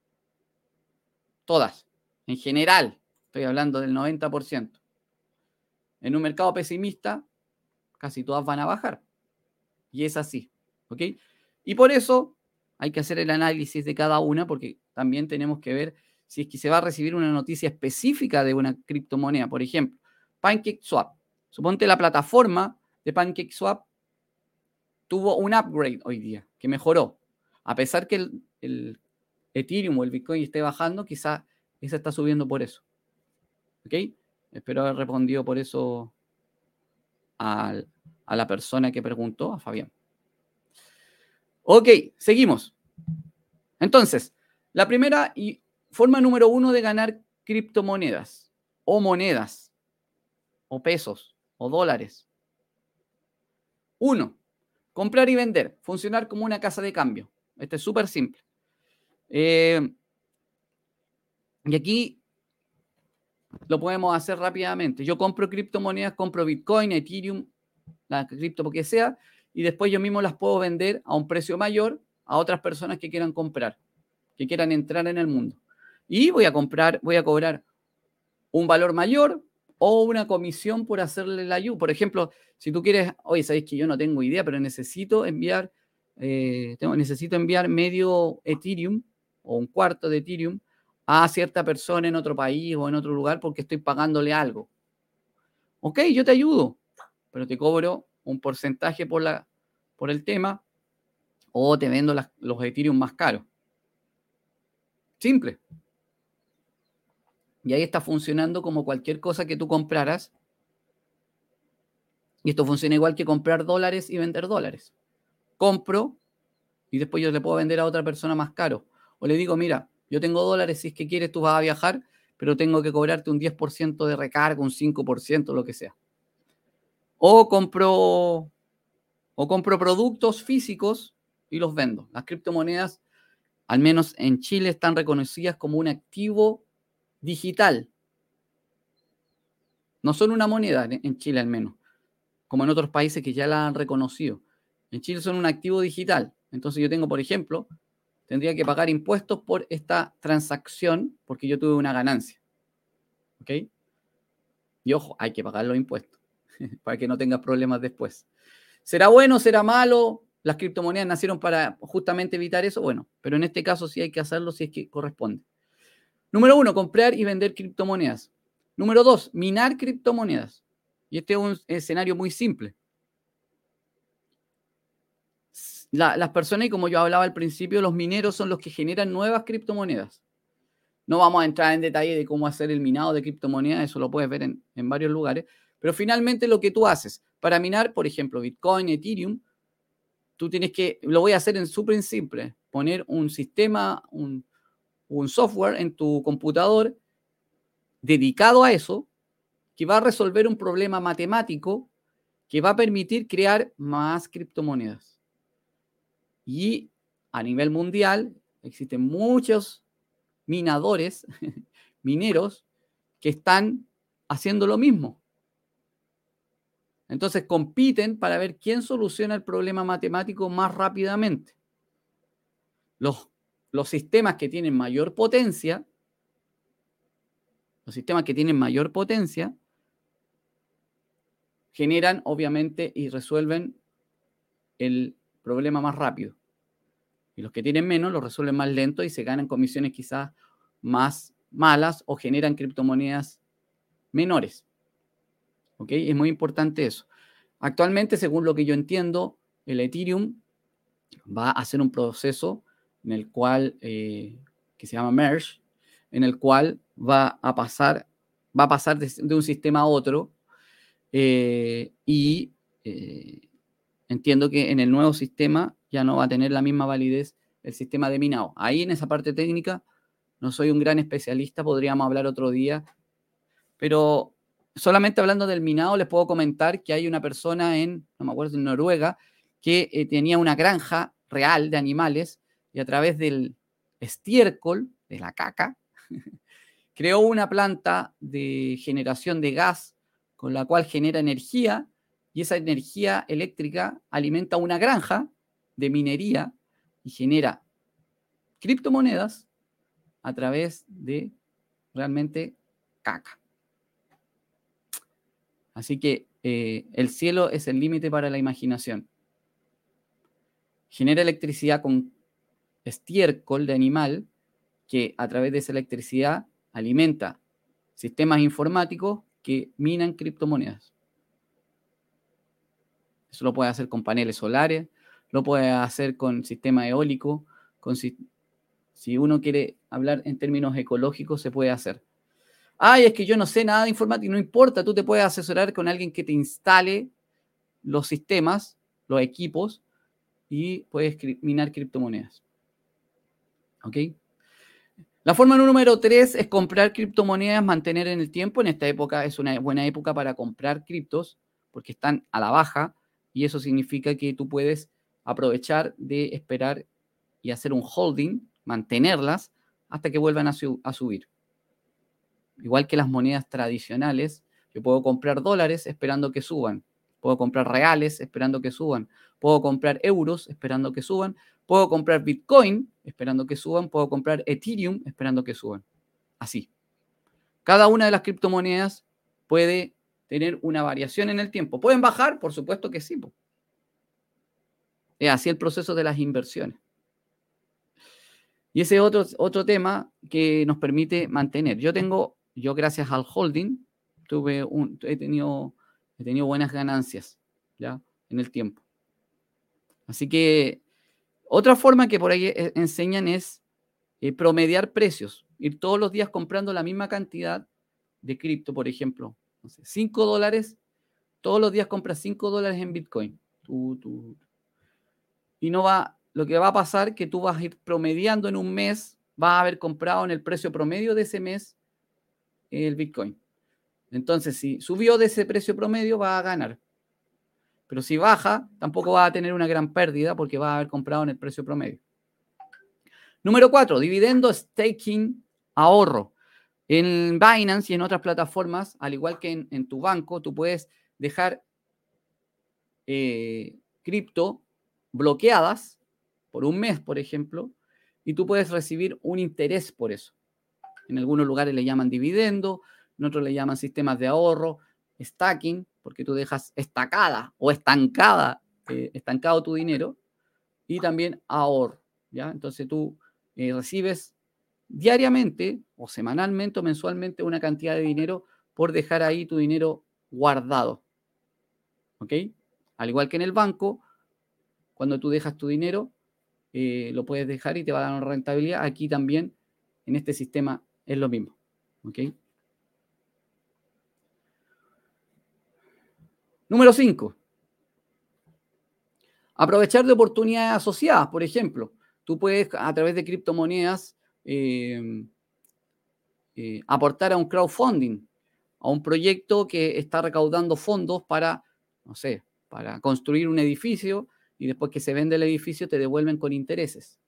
Todas. En general, estoy hablando del 90%. En un mercado pesimista, casi todas van a bajar. Y es así. ¿Ok? Y por eso hay que hacer el análisis de cada una, porque también tenemos que ver si es que se va a recibir una noticia específica de una criptomoneda. Por ejemplo, PancakeSwap. Suponte la plataforma de PancakeSwap tuvo un upgrade hoy día, que mejoró. A pesar que el Ethereum o el Bitcoin esté bajando, quizá esa está subiendo por eso. ¿Ok? Espero haber respondido por eso a la persona que preguntó, a Fabián. Ok, seguimos. Entonces, la primera y forma número 1 de ganar criptomonedas o monedas o pesos o dólares. 1. Comprar y vender. Funcionar como una casa de cambio. Este es súper simple. Y aquí lo podemos hacer rápidamente. Yo compro criptomonedas, compro Bitcoin, Ethereum, la cripto que sea, y después yo mismo las puedo vender a un precio mayor a otras personas que quieran comprar, que quieran entrar en el mundo. Y voy a cobrar un valor mayor o una comisión por hacerle la ayuda. Por ejemplo, si tú quieres, oye, sabéis que yo no tengo idea, pero necesito enviar medio Ethereum o un cuarto de Ethereum a cierta persona en otro país o en otro lugar porque estoy pagándole algo. Ok, yo te ayudo, pero te cobro un porcentaje por el tema o te vendo los Ethereum más caros. Simple. Y ahí está funcionando como cualquier cosa que tú compraras. Y esto funciona igual que comprar dólares y vender dólares. Compro y después yo le puedo vender a otra persona más caro. O le digo, mira, yo tengo dólares, si es que quieres tú vas a viajar, pero tengo que cobrarte un 10% de recarga, un 5%, lo que sea. O compro productos físicos y los vendo. Las criptomonedas, al menos en Chile, están reconocidas como un activo digital. No son una moneda, en Chile al menos, como en otros países que ya la han reconocido. En Chile son un activo digital. Entonces yo tengo, por ejemplo, tendría que pagar impuestos por esta transacción porque yo tuve una ganancia. ¿Ok? Y ojo, hay que pagar los impuestos para que no tengas problemas después. ¿Será bueno? ¿Será malo? Las criptomonedas nacieron para justamente evitar eso. Bueno, pero en este caso sí hay que hacerlo si es que corresponde. Número 1, comprar y vender criptomonedas. Número 2, minar criptomonedas. Y este es un escenario muy simple. Las personas, y como yo hablaba al principio, los mineros son los que generan nuevas criptomonedas. No vamos a entrar en detalle de cómo hacer el minado de criptomonedas, eso lo puedes ver en varios lugares, pero finalmente lo que tú haces para minar, por ejemplo, Bitcoin, Ethereum, tú tienes que, lo voy a hacer en súper simple, poner un sistema, un software en tu computador dedicado a eso, que va a resolver un problema matemático que va a permitir crear más criptomonedas. Y a nivel mundial existen muchos minadores, mineros, que están haciendo lo mismo. Entonces compiten para ver quién soluciona el problema matemático más rápidamente. Los sistemas que tienen mayor potencia, generan obviamente y resuelven el problema más rápido. Y los que tienen menos lo resuelven más lento y se ganan comisiones quizás más malas o generan criptomonedas menores. ¿Ok? Es muy importante eso. Actualmente, según lo que yo entiendo, el Ethereum va a hacer un proceso en el cual, que se llama merge, en el cual va a pasar de un sistema a otro, y entiendo que en el nuevo sistema ya no va a tener la misma validez el sistema de minado. Ahí en esa parte técnica no soy un gran especialista, podríamos hablar otro día, pero solamente hablando del minado les puedo comentar que hay una persona no me acuerdo, en Noruega, que tenía una granja real de animales y a través del estiércol, de la caca, creó una planta de generación de gas con la cual genera energía y esa energía eléctrica alimenta una granja de minería y genera criptomonedas a través de realmente caca. Así que el cielo es el límite para la imaginación. Genera electricidad con estiércol de animal que a través de esa electricidad alimenta sistemas informáticos que minan criptomonedas. Eso lo puede hacer con paneles solares, lo puede hacer con sistema eólico, si uno quiere hablar en términos ecológicos, se puede hacer. Ay, es que yo no sé nada de informática, no importa, tú te puedes asesorar con alguien que te instale los sistemas, los equipos, y puedes minar criptomonedas. ¿Ok? La forma número 3 es comprar criptomonedas, mantener en el tiempo. En esta época es una buena época para comprar criptos porque están a la baja y eso significa que tú puedes aprovechar de esperar y hacer un holding, mantenerlas hasta que vuelvan a subir. Igual que las monedas tradicionales, yo puedo comprar dólares esperando que suban, puedo comprar reales esperando que suban, puedo comprar euros esperando que suban, puedo comprar Bitcoin esperando que suban, puedo comprar Ethereum esperando que suban. Así. Cada una de las criptomonedas puede tener una variación en el tiempo. ¿Pueden bajar? Por supuesto que sí. Es así el proceso de las inversiones. Y ese es otro tema que nos permite mantener. Yo gracias al holding, he tenido buenas ganancias ya en el tiempo. Así que otra forma que por ahí enseñan es promediar precios. Ir todos los días comprando la misma cantidad de cripto, por ejemplo. No sé, $5, todos los días compras $5 en Bitcoin. Y lo que va a pasar es que tú vas a ir promediando en un mes, vas a haber comprado en el precio promedio de ese mes el Bitcoin. Entonces, si subió de ese precio promedio, va a ganar. Pero si baja, tampoco va a tener una gran pérdida porque va a haber comprado en el precio promedio. Número 4, dividendo, staking, ahorro. En Binance y en otras plataformas, al igual que en tu banco, tú puedes dejar cripto bloqueadas por un mes, por ejemplo, y tú puedes recibir un interés por eso. En algunos lugares le llaman dividendo, en otros le llaman sistemas de ahorro, stacking, porque tú dejas estancado tu dinero, y también ahorro, ¿ya? Entonces tú recibes diariamente o semanalmente o mensualmente una cantidad de dinero por dejar ahí tu dinero guardado, ¿ok? Al igual que en el banco, cuando tú dejas tu dinero, lo puedes dejar y te va a dar una rentabilidad. Aquí también, en este sistema, es lo mismo. ¿Ok? Número 5. Aprovechar de oportunidades asociadas. Por ejemplo, tú puedes, a través de criptomonedas, aportar a un crowdfunding, a un proyecto que está recaudando fondos para, no sé, para construir un edificio y después que se vende el edificio te devuelven con intereses.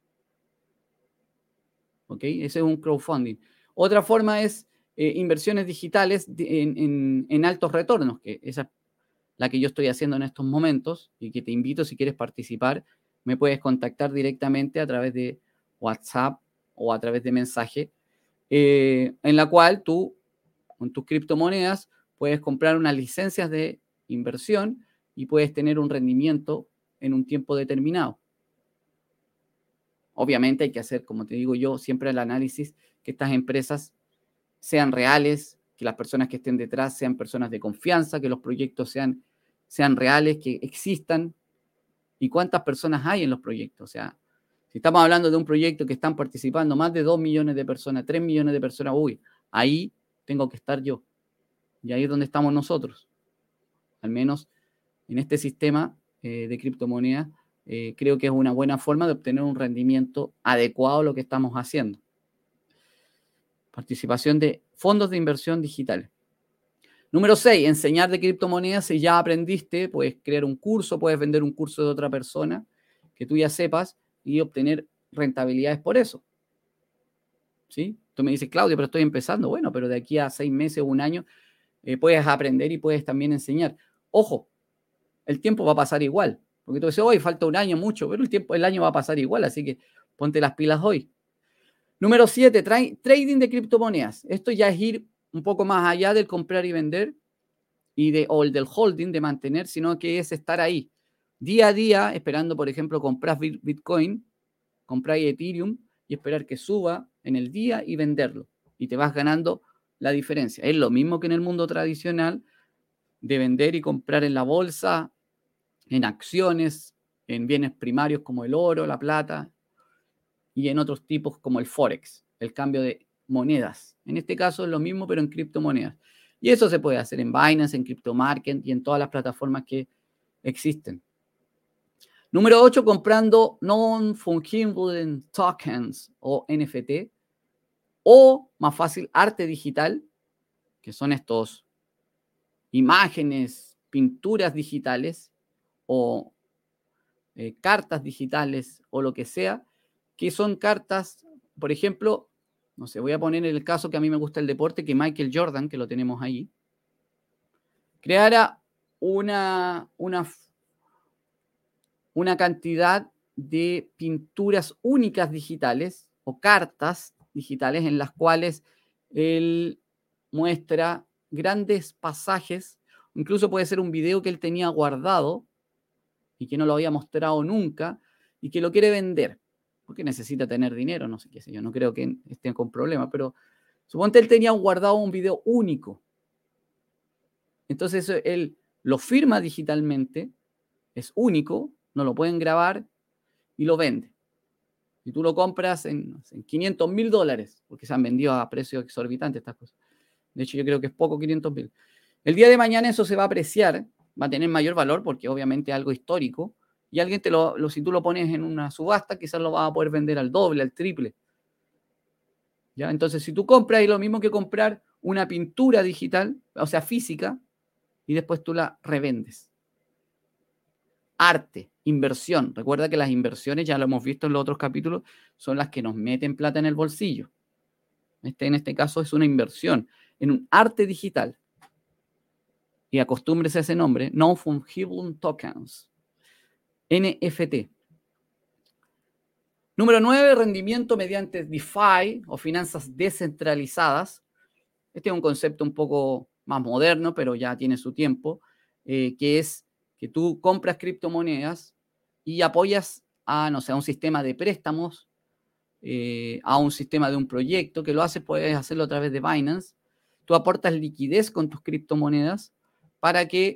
¿Ok? Ese es un crowdfunding. Otra forma es inversiones digitales en altos retornos, que esa es la que yo estoy haciendo en estos momentos y que te invito, si quieres participar, me puedes contactar directamente a través de WhatsApp o a través de mensaje, en la cual tú, con tus criptomonedas, puedes comprar unas licencias de inversión y puedes tener un rendimiento en un tiempo determinado. Obviamente hay que hacer, como te digo yo, siempre el análisis que estas empresas sean reales, que las personas que estén detrás sean personas de confianza, que los proyectos sean reales, que existan, y cuántas personas hay en los proyectos. O sea, si estamos hablando de un proyecto que están participando más de 2 millones de personas, 3 millones de personas, ahí tengo que estar yo. Y ahí es donde estamos nosotros. Al menos en este sistema de criptomonedas, creo que es una buena forma de obtener un rendimiento adecuado a lo que estamos haciendo. Participación de fondos de inversión digitales. Número 6, enseñar de criptomonedas. Si ya aprendiste, puedes crear un curso, puedes vender un curso de otra persona que tú ya sepas y obtener rentabilidades por eso. ¿Sí? Tú me dices, Claudio, pero estoy empezando. Bueno, pero de aquí a 6 meses o un año puedes aprender y puedes también enseñar. Ojo, el tiempo va a pasar igual. Porque tú dices, hoy falta un año mucho, pero el año va a pasar igual, así que ponte las pilas hoy. Número 7, trading de criptomonedas. Esto ya es ir un poco más allá del comprar y vender o el del holding, de mantener, sino que es estar ahí día a día esperando, por ejemplo, comprar Bitcoin, comprar Ethereum y esperar que suba en el día y venderlo. Y te vas ganando la diferencia. Es lo mismo que en el mundo tradicional de vender y comprar en la bolsa, en acciones, en bienes primarios como el oro, la plata y en otros tipos como el Forex, el cambio de monedas. En este caso es lo mismo, pero en criptomonedas. Y eso se puede hacer en Binance, en CryptoMarket y en todas las plataformas que existen. Número 8, comprando non-fungible tokens o NFT, o más fácil, arte digital, que son estos imágenes, pinturas digitales o cartas digitales o lo que sea, que son cartas, por ejemplo, no sé, voy a poner el caso que a mí me gusta el deporte, que Michael Jordan, que lo tenemos ahí, creara una cantidad de pinturas únicas digitales o cartas digitales en las cuales él muestra grandes pasajes, incluso puede ser un video que él tenía guardado y que no lo había mostrado nunca y que lo quiere vender porque necesita tener dinero, no sé qué sé yo, no creo que estén con problemas, pero suponte él tenía guardado un video único. Entonces él lo firma digitalmente, es único, no lo pueden grabar y lo vende. Y tú lo compras en $500,000, porque se han vendido a precios exorbitantes estas cosas. De hecho, yo creo que es poco 500,000. El día de mañana eso se va a apreciar, va a tener mayor valor porque obviamente es algo histórico y alguien si tú lo pones en una subasta, quizás lo vas a poder vender al doble, al triple. ¿Ya? Entonces, si tú compras, es lo mismo que comprar una pintura digital, o sea, física, y después tú la revendes. Arte, inversión. Recuerda que las inversiones, ya lo hemos visto en los otros capítulos, son las que nos meten plata en el bolsillo. En este caso es una inversión en un arte digital. Y acostúmbrese a ese nombre, Non-Fungible Tokens, NFT. Número 9, rendimiento mediante DeFi o finanzas descentralizadas. Este es un concepto un poco más moderno, pero ya tiene su tiempo, que es que tú compras criptomonedas y apoyas a un sistema de préstamos, a un sistema de un proyecto, que lo haces, puedes hacerlo a través de Binance. Tú aportas liquidez con tus criptomonedas para que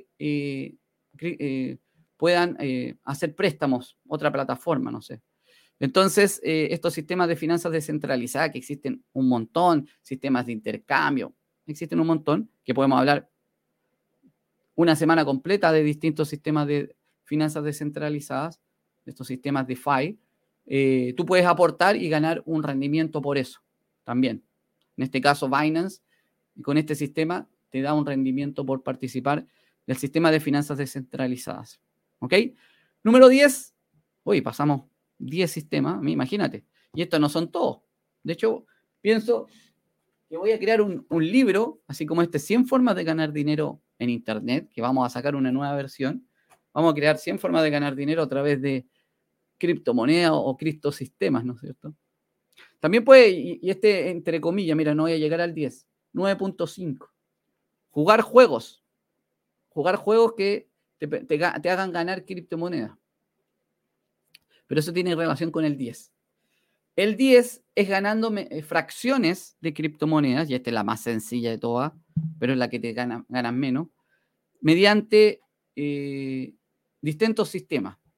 puedan hacer préstamos, otra plataforma, no sé. Entonces, estos sistemas de finanzas descentralizadas, que existen un montón, sistemas de intercambio, existen un montón, que podemos hablar una semana completa de distintos sistemas de finanzas descentralizadas, estos sistemas DeFi. Tú puedes aportar y ganar un rendimiento por eso también. En este caso, Binance, con este sistema, te da un rendimiento por participar del sistema de finanzas descentralizadas. ¿Ok? Número 10. Uy, pasamos 10 sistemas, imagínate. Y estos no son todos. De hecho, pienso que voy a crear un libro, así como 100 formas de ganar dinero en Internet, que vamos a sacar una nueva versión. Vamos a crear 100 formas de ganar dinero a través de criptomonedas o criptosistemas, ¿no es cierto? También puede, y entre comillas, mira, no voy a llegar al 10, 9.5. Jugar juegos que te hagan ganar criptomonedas. Pero eso tiene relación con el 10. El 10 es ganando fracciones de criptomonedas, y esta es la más sencilla de todas, pero es la que te ganan menos, mediante distintos sistemas.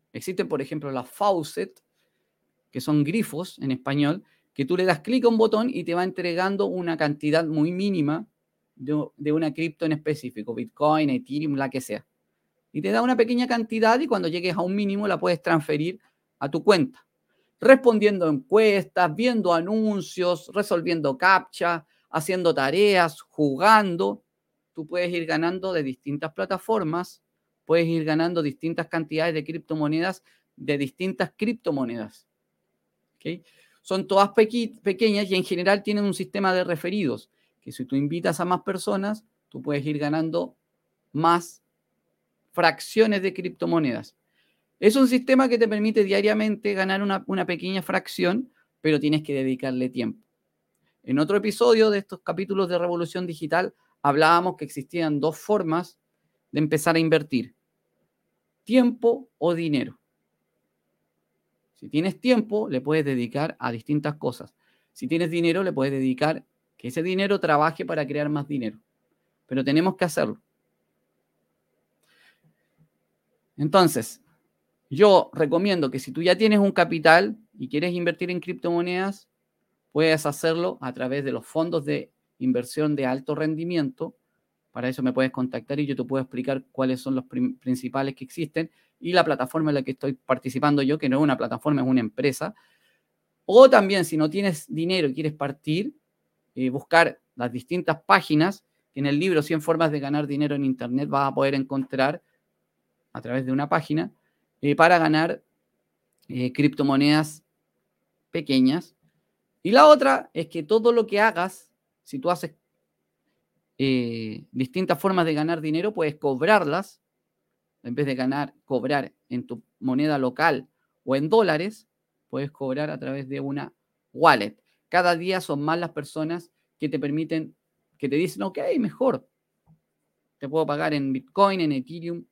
Existen, por ejemplo, las faucet, que son grifos en español, que tú le das clic a un botón y te va entregando una cantidad muy mínima de una cripto en específico, Bitcoin, Ethereum, la que sea. Y te da una pequeña cantidad y cuando llegues a un mínimo la puedes transferir a tu cuenta. Respondiendo encuestas, viendo anuncios, resolviendo captcha, haciendo tareas, jugando. Tú puedes ir ganando de distintas plataformas, puedes ir ganando distintas cantidades de criptomonedas de distintas criptomonedas. ¿Okay? Son todas pequeñas y en general tienen un sistema de referidos, que si tú invitas a más personas, tú puedes ir ganando más fracciones de criptomonedas. Es un sistema que te permite diariamente ganar una pequeña fracción, pero tienes que dedicarle tiempo. En otro episodio de estos capítulos de Revolución Digital hablábamos que existían dos formas de empezar a invertir: tiempo o dinero. Si tienes tiempo, le puedes dedicar a distintas cosas. Si tienes dinero, le puedes dedicar que ese dinero trabaje para crear más dinero. Pero tenemos que hacerlo. Entonces, yo recomiendo que si tú ya tienes un capital y quieres invertir en criptomonedas, puedes hacerlo a través de los fondos de inversión de alto rendimiento. Para eso me puedes contactar y yo te puedo explicar cuáles son los principales que existen y la plataforma en la que estoy participando yo, que no es una plataforma, es una empresa. O también, si no tienes dinero y quieres partir, buscar las distintas páginas que en el libro 100 formas de ganar dinero en Internet vas a poder encontrar a través de una página para ganar criptomonedas pequeñas. Y la otra es que todo lo que hagas, si tú haces distintas formas de ganar dinero, puedes cobrarlas, en vez de cobrar en tu moneda local o en dólares, puedes cobrar a través de una wallet. Cada día son más las personas que te permiten, que te dicen, ok, mejor, te puedo pagar en Bitcoin, en Ethereum.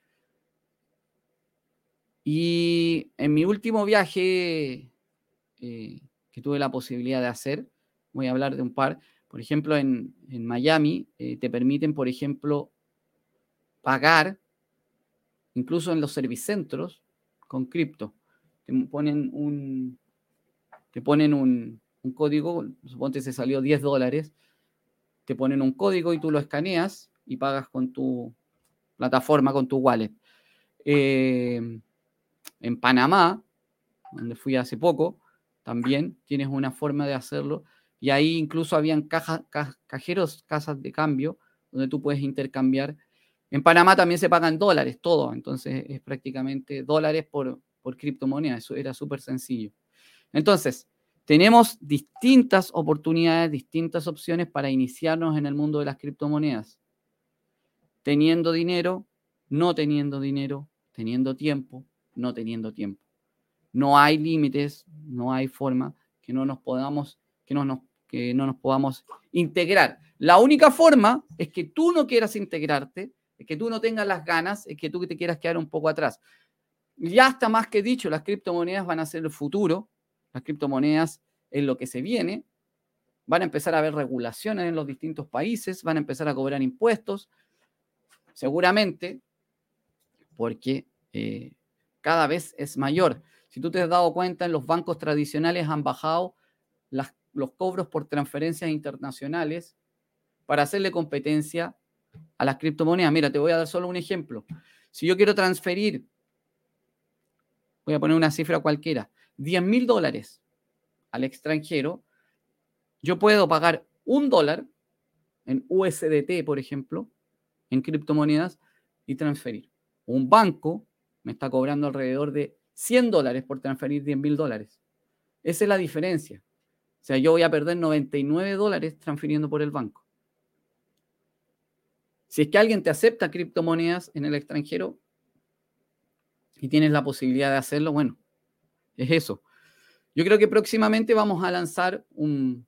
Y en mi último viaje que tuve la posibilidad de hacer, voy a hablar de un par. Por ejemplo, en Miami te permiten, por ejemplo, pagar, incluso en los servicentros, con cripto. Te ponen un código, suponte se salió $10, te ponen un código y tú lo escaneas y pagas con tu plataforma, con tu wallet. En Panamá, donde fui hace poco, también tienes una forma de hacerlo. Y ahí incluso habían cajeros, casas de cambio, donde tú puedes intercambiar. En Panamá también se pagan dólares, todo. Entonces es prácticamente dólares por criptomonedas. Eso era súper sencillo. Entonces, tenemos distintas oportunidades, distintas opciones para iniciarnos en el mundo de las criptomonedas. Teniendo dinero, no teniendo dinero, teniendo tiempo, no teniendo tiempo. No hay límites, no hay forma que no nos podamos integrar. La única forma es que tú no quieras integrarte, es que tú no tengas las ganas, es que tú te quieras quedar un poco atrás. Ya está más que dicho, las criptomonedas van a ser el futuro, las criptomonedas es lo que se viene, van a empezar a haber regulaciones en los distintos países, van a empezar a cobrar impuestos, seguramente, porque cada vez es mayor. Si tú te has dado cuenta, en los bancos tradicionales han bajado los cobros por transferencias internacionales para hacerle competencia a las criptomonedas. Mira, te voy a dar solo un ejemplo. Si yo quiero transferir, voy a poner una cifra cualquiera, $10,000 al extranjero, yo puedo pagar $1 en USDT, por ejemplo, en criptomonedas y transferir. Un banco me está cobrando alrededor de $100 por transferir $10,000. Esa es la diferencia. O sea, yo voy a perder $99 transfiriendo por el banco. Si es que alguien te acepta criptomonedas en el extranjero y tienes la posibilidad de hacerlo, bueno, es eso. Yo creo que próximamente vamos a lanzar un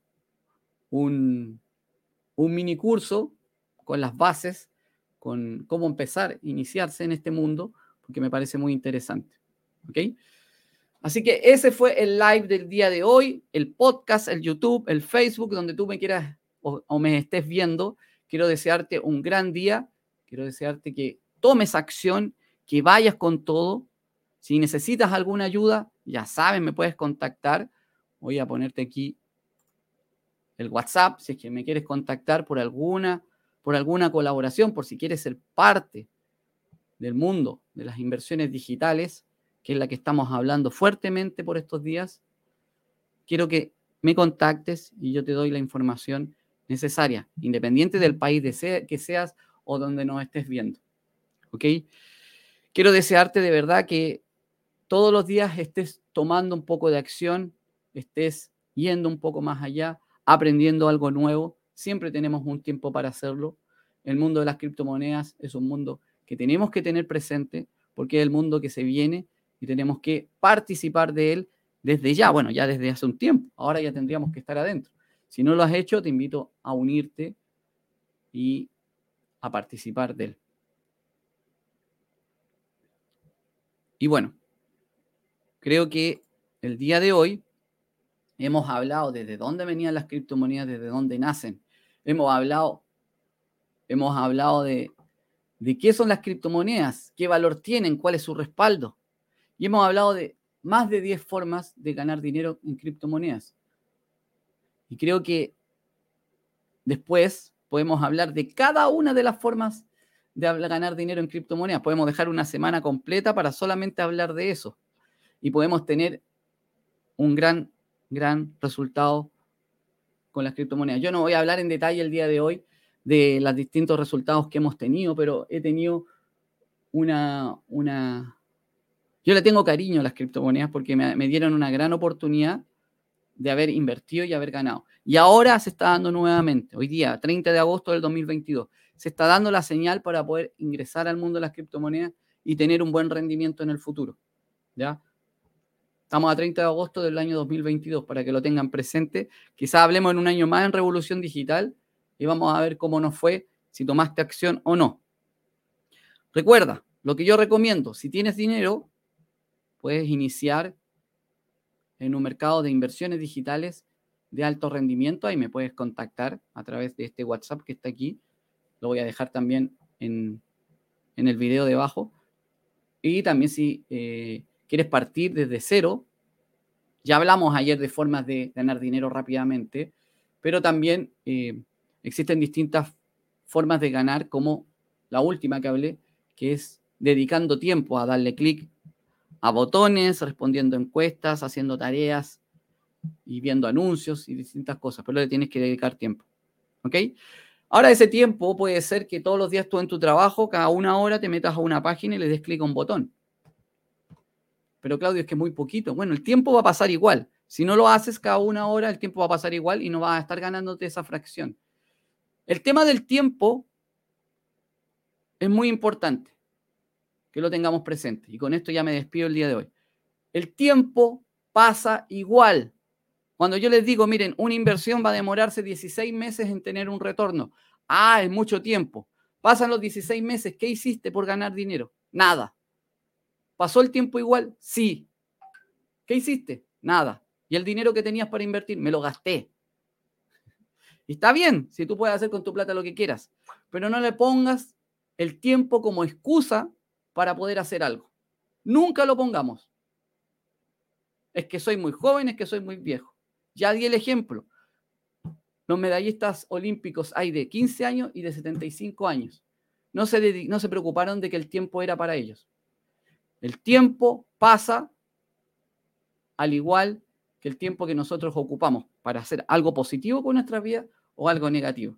mini curso con las bases, con cómo empezar a iniciarse en este mundo, porque me parece muy interesante. ¿Ok? Así que ese fue el live del día de hoy, el podcast, el YouTube, el Facebook, donde tú me quieras o me estés viendo. Quiero desearte un gran día, quiero desearte que tomes acción, que vayas con todo, Si necesitas alguna ayuda, ya sabes, me puedes contactar. Voy a ponerte aquí el WhatsApp, si es que me quieres contactar por alguna colaboración, por si quieres ser parte del mundo de las inversiones digitales, que es la que estamos hablando fuertemente por estos días. Quiero que me contactes y yo te doy la información necesaria, independiente del país que seas o donde nos estés viendo. ¿Ok? Quiero desearte de verdad que todos los días estés tomando un poco de acción, estés yendo un poco más allá, aprendiendo algo nuevo. Siempre tenemos un tiempo para hacerlo. El mundo de las criptomonedas es un mundo que tenemos que tener presente porque es el mundo que se viene y tenemos que participar de él desde ya. Bueno, ya desde hace un tiempo. Ahora ya tendríamos que estar adentro. Si no lo has hecho, te invito a unirte y a participar de él. Y bueno, creo que el día de hoy hemos hablado desde dónde venían las criptomonedas, desde dónde nacen. Hemos hablado de qué son las criptomonedas, qué valor tienen, cuál es su respaldo. Y hemos hablado de más de 10 formas de ganar dinero en criptomonedas. Y creo que después podemos hablar de cada una de las formas de ganar dinero en criptomonedas. Podemos dejar una semana completa para solamente hablar de eso. Y podemos tener un gran resultado con las criptomonedas. Yo no voy a hablar en detalle el día de hoy de los distintos resultados que hemos tenido, pero he tenido yo le tengo cariño a las criptomonedas porque me dieron una gran oportunidad de haber invertido y haber ganado. Y ahora se está dando nuevamente, hoy día, 30 de agosto del 2022, se está dando la señal para poder ingresar al mundo de las criptomonedas y tener un buen rendimiento en el futuro. ¿Ya? Estamos a 30 de agosto del año 2022, para que lo tengan presente. Quizás hablemos en un año más en Revolución Digital y vamos a ver cómo nos fue, si tomaste acción o no. Recuerda, lo que yo recomiendo, si tienes dinero, puedes iniciar en un mercado de inversiones digitales de alto rendimiento. Ahí me puedes contactar a través de este WhatsApp que está aquí. Lo voy a dejar también en el video debajo. Y también si quieres partir desde cero, ya hablamos ayer de formas de ganar dinero rápidamente, pero también existen distintas formas de ganar, como la última que hablé, que es dedicando tiempo a darle clic a botones, respondiendo encuestas, haciendo tareas y viendo anuncios y distintas cosas, pero le tienes que dedicar tiempo. ¿Ok? Ahora ese tiempo puede ser que todos los días tú en tu trabajo, cada una hora te metas a una página y le des clic a un botón. Pero Claudio, es que muy poquito. Bueno, el tiempo va a pasar igual. Si no lo haces cada una hora, el tiempo va a pasar igual y no vas a estar ganándote esa fracción. El tema del tiempo es muy importante que lo tengamos presente. Y con esto ya me despido el día de hoy. El tiempo pasa igual. Cuando yo les digo, miren, una inversión va a demorarse 16 meses en tener un retorno. Ah, es mucho tiempo. Pasan los 16 meses. ¿Qué hiciste por ganar dinero? Nada. ¿Pasó el tiempo igual? Sí. ¿Qué hiciste? Nada. ¿Y el dinero que tenías para invertir? Me lo gasté. Y está bien, si tú puedes hacer con tu plata lo que quieras, pero no le pongas el tiempo como excusa para poder hacer algo. Nunca lo pongamos. Es que soy muy joven, es que soy muy viejo. Ya di el ejemplo. Los medallistas olímpicos hay de 15 años y de 75 años. No se preocuparon de que el tiempo era para ellos. El tiempo pasa al igual que el tiempo que nosotros ocupamos para hacer algo positivo con nuestras vidas o algo negativo.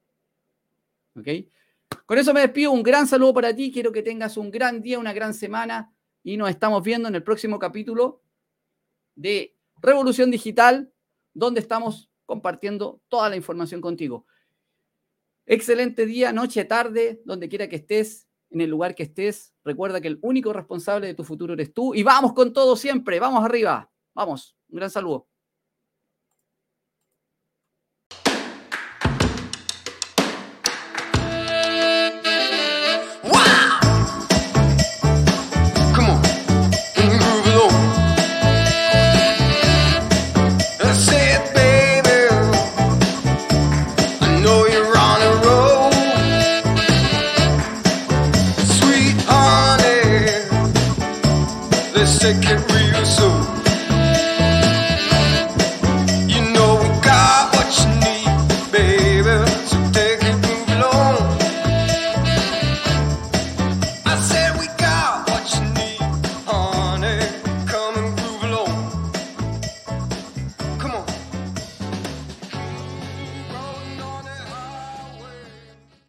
¿Ok? Con eso me despido. Un gran saludo para ti. Quiero que tengas un gran día, una gran semana y nos estamos viendo en el próximo capítulo de Revolución Digital, donde estamos compartiendo toda la información contigo. Excelente día, noche, tarde, donde quiera que estés, en el lugar que estés. Recuerda que el único responsable de tu futuro eres tú y vamos con todo siempre. Vamos arriba. Vamos. Un gran saludo.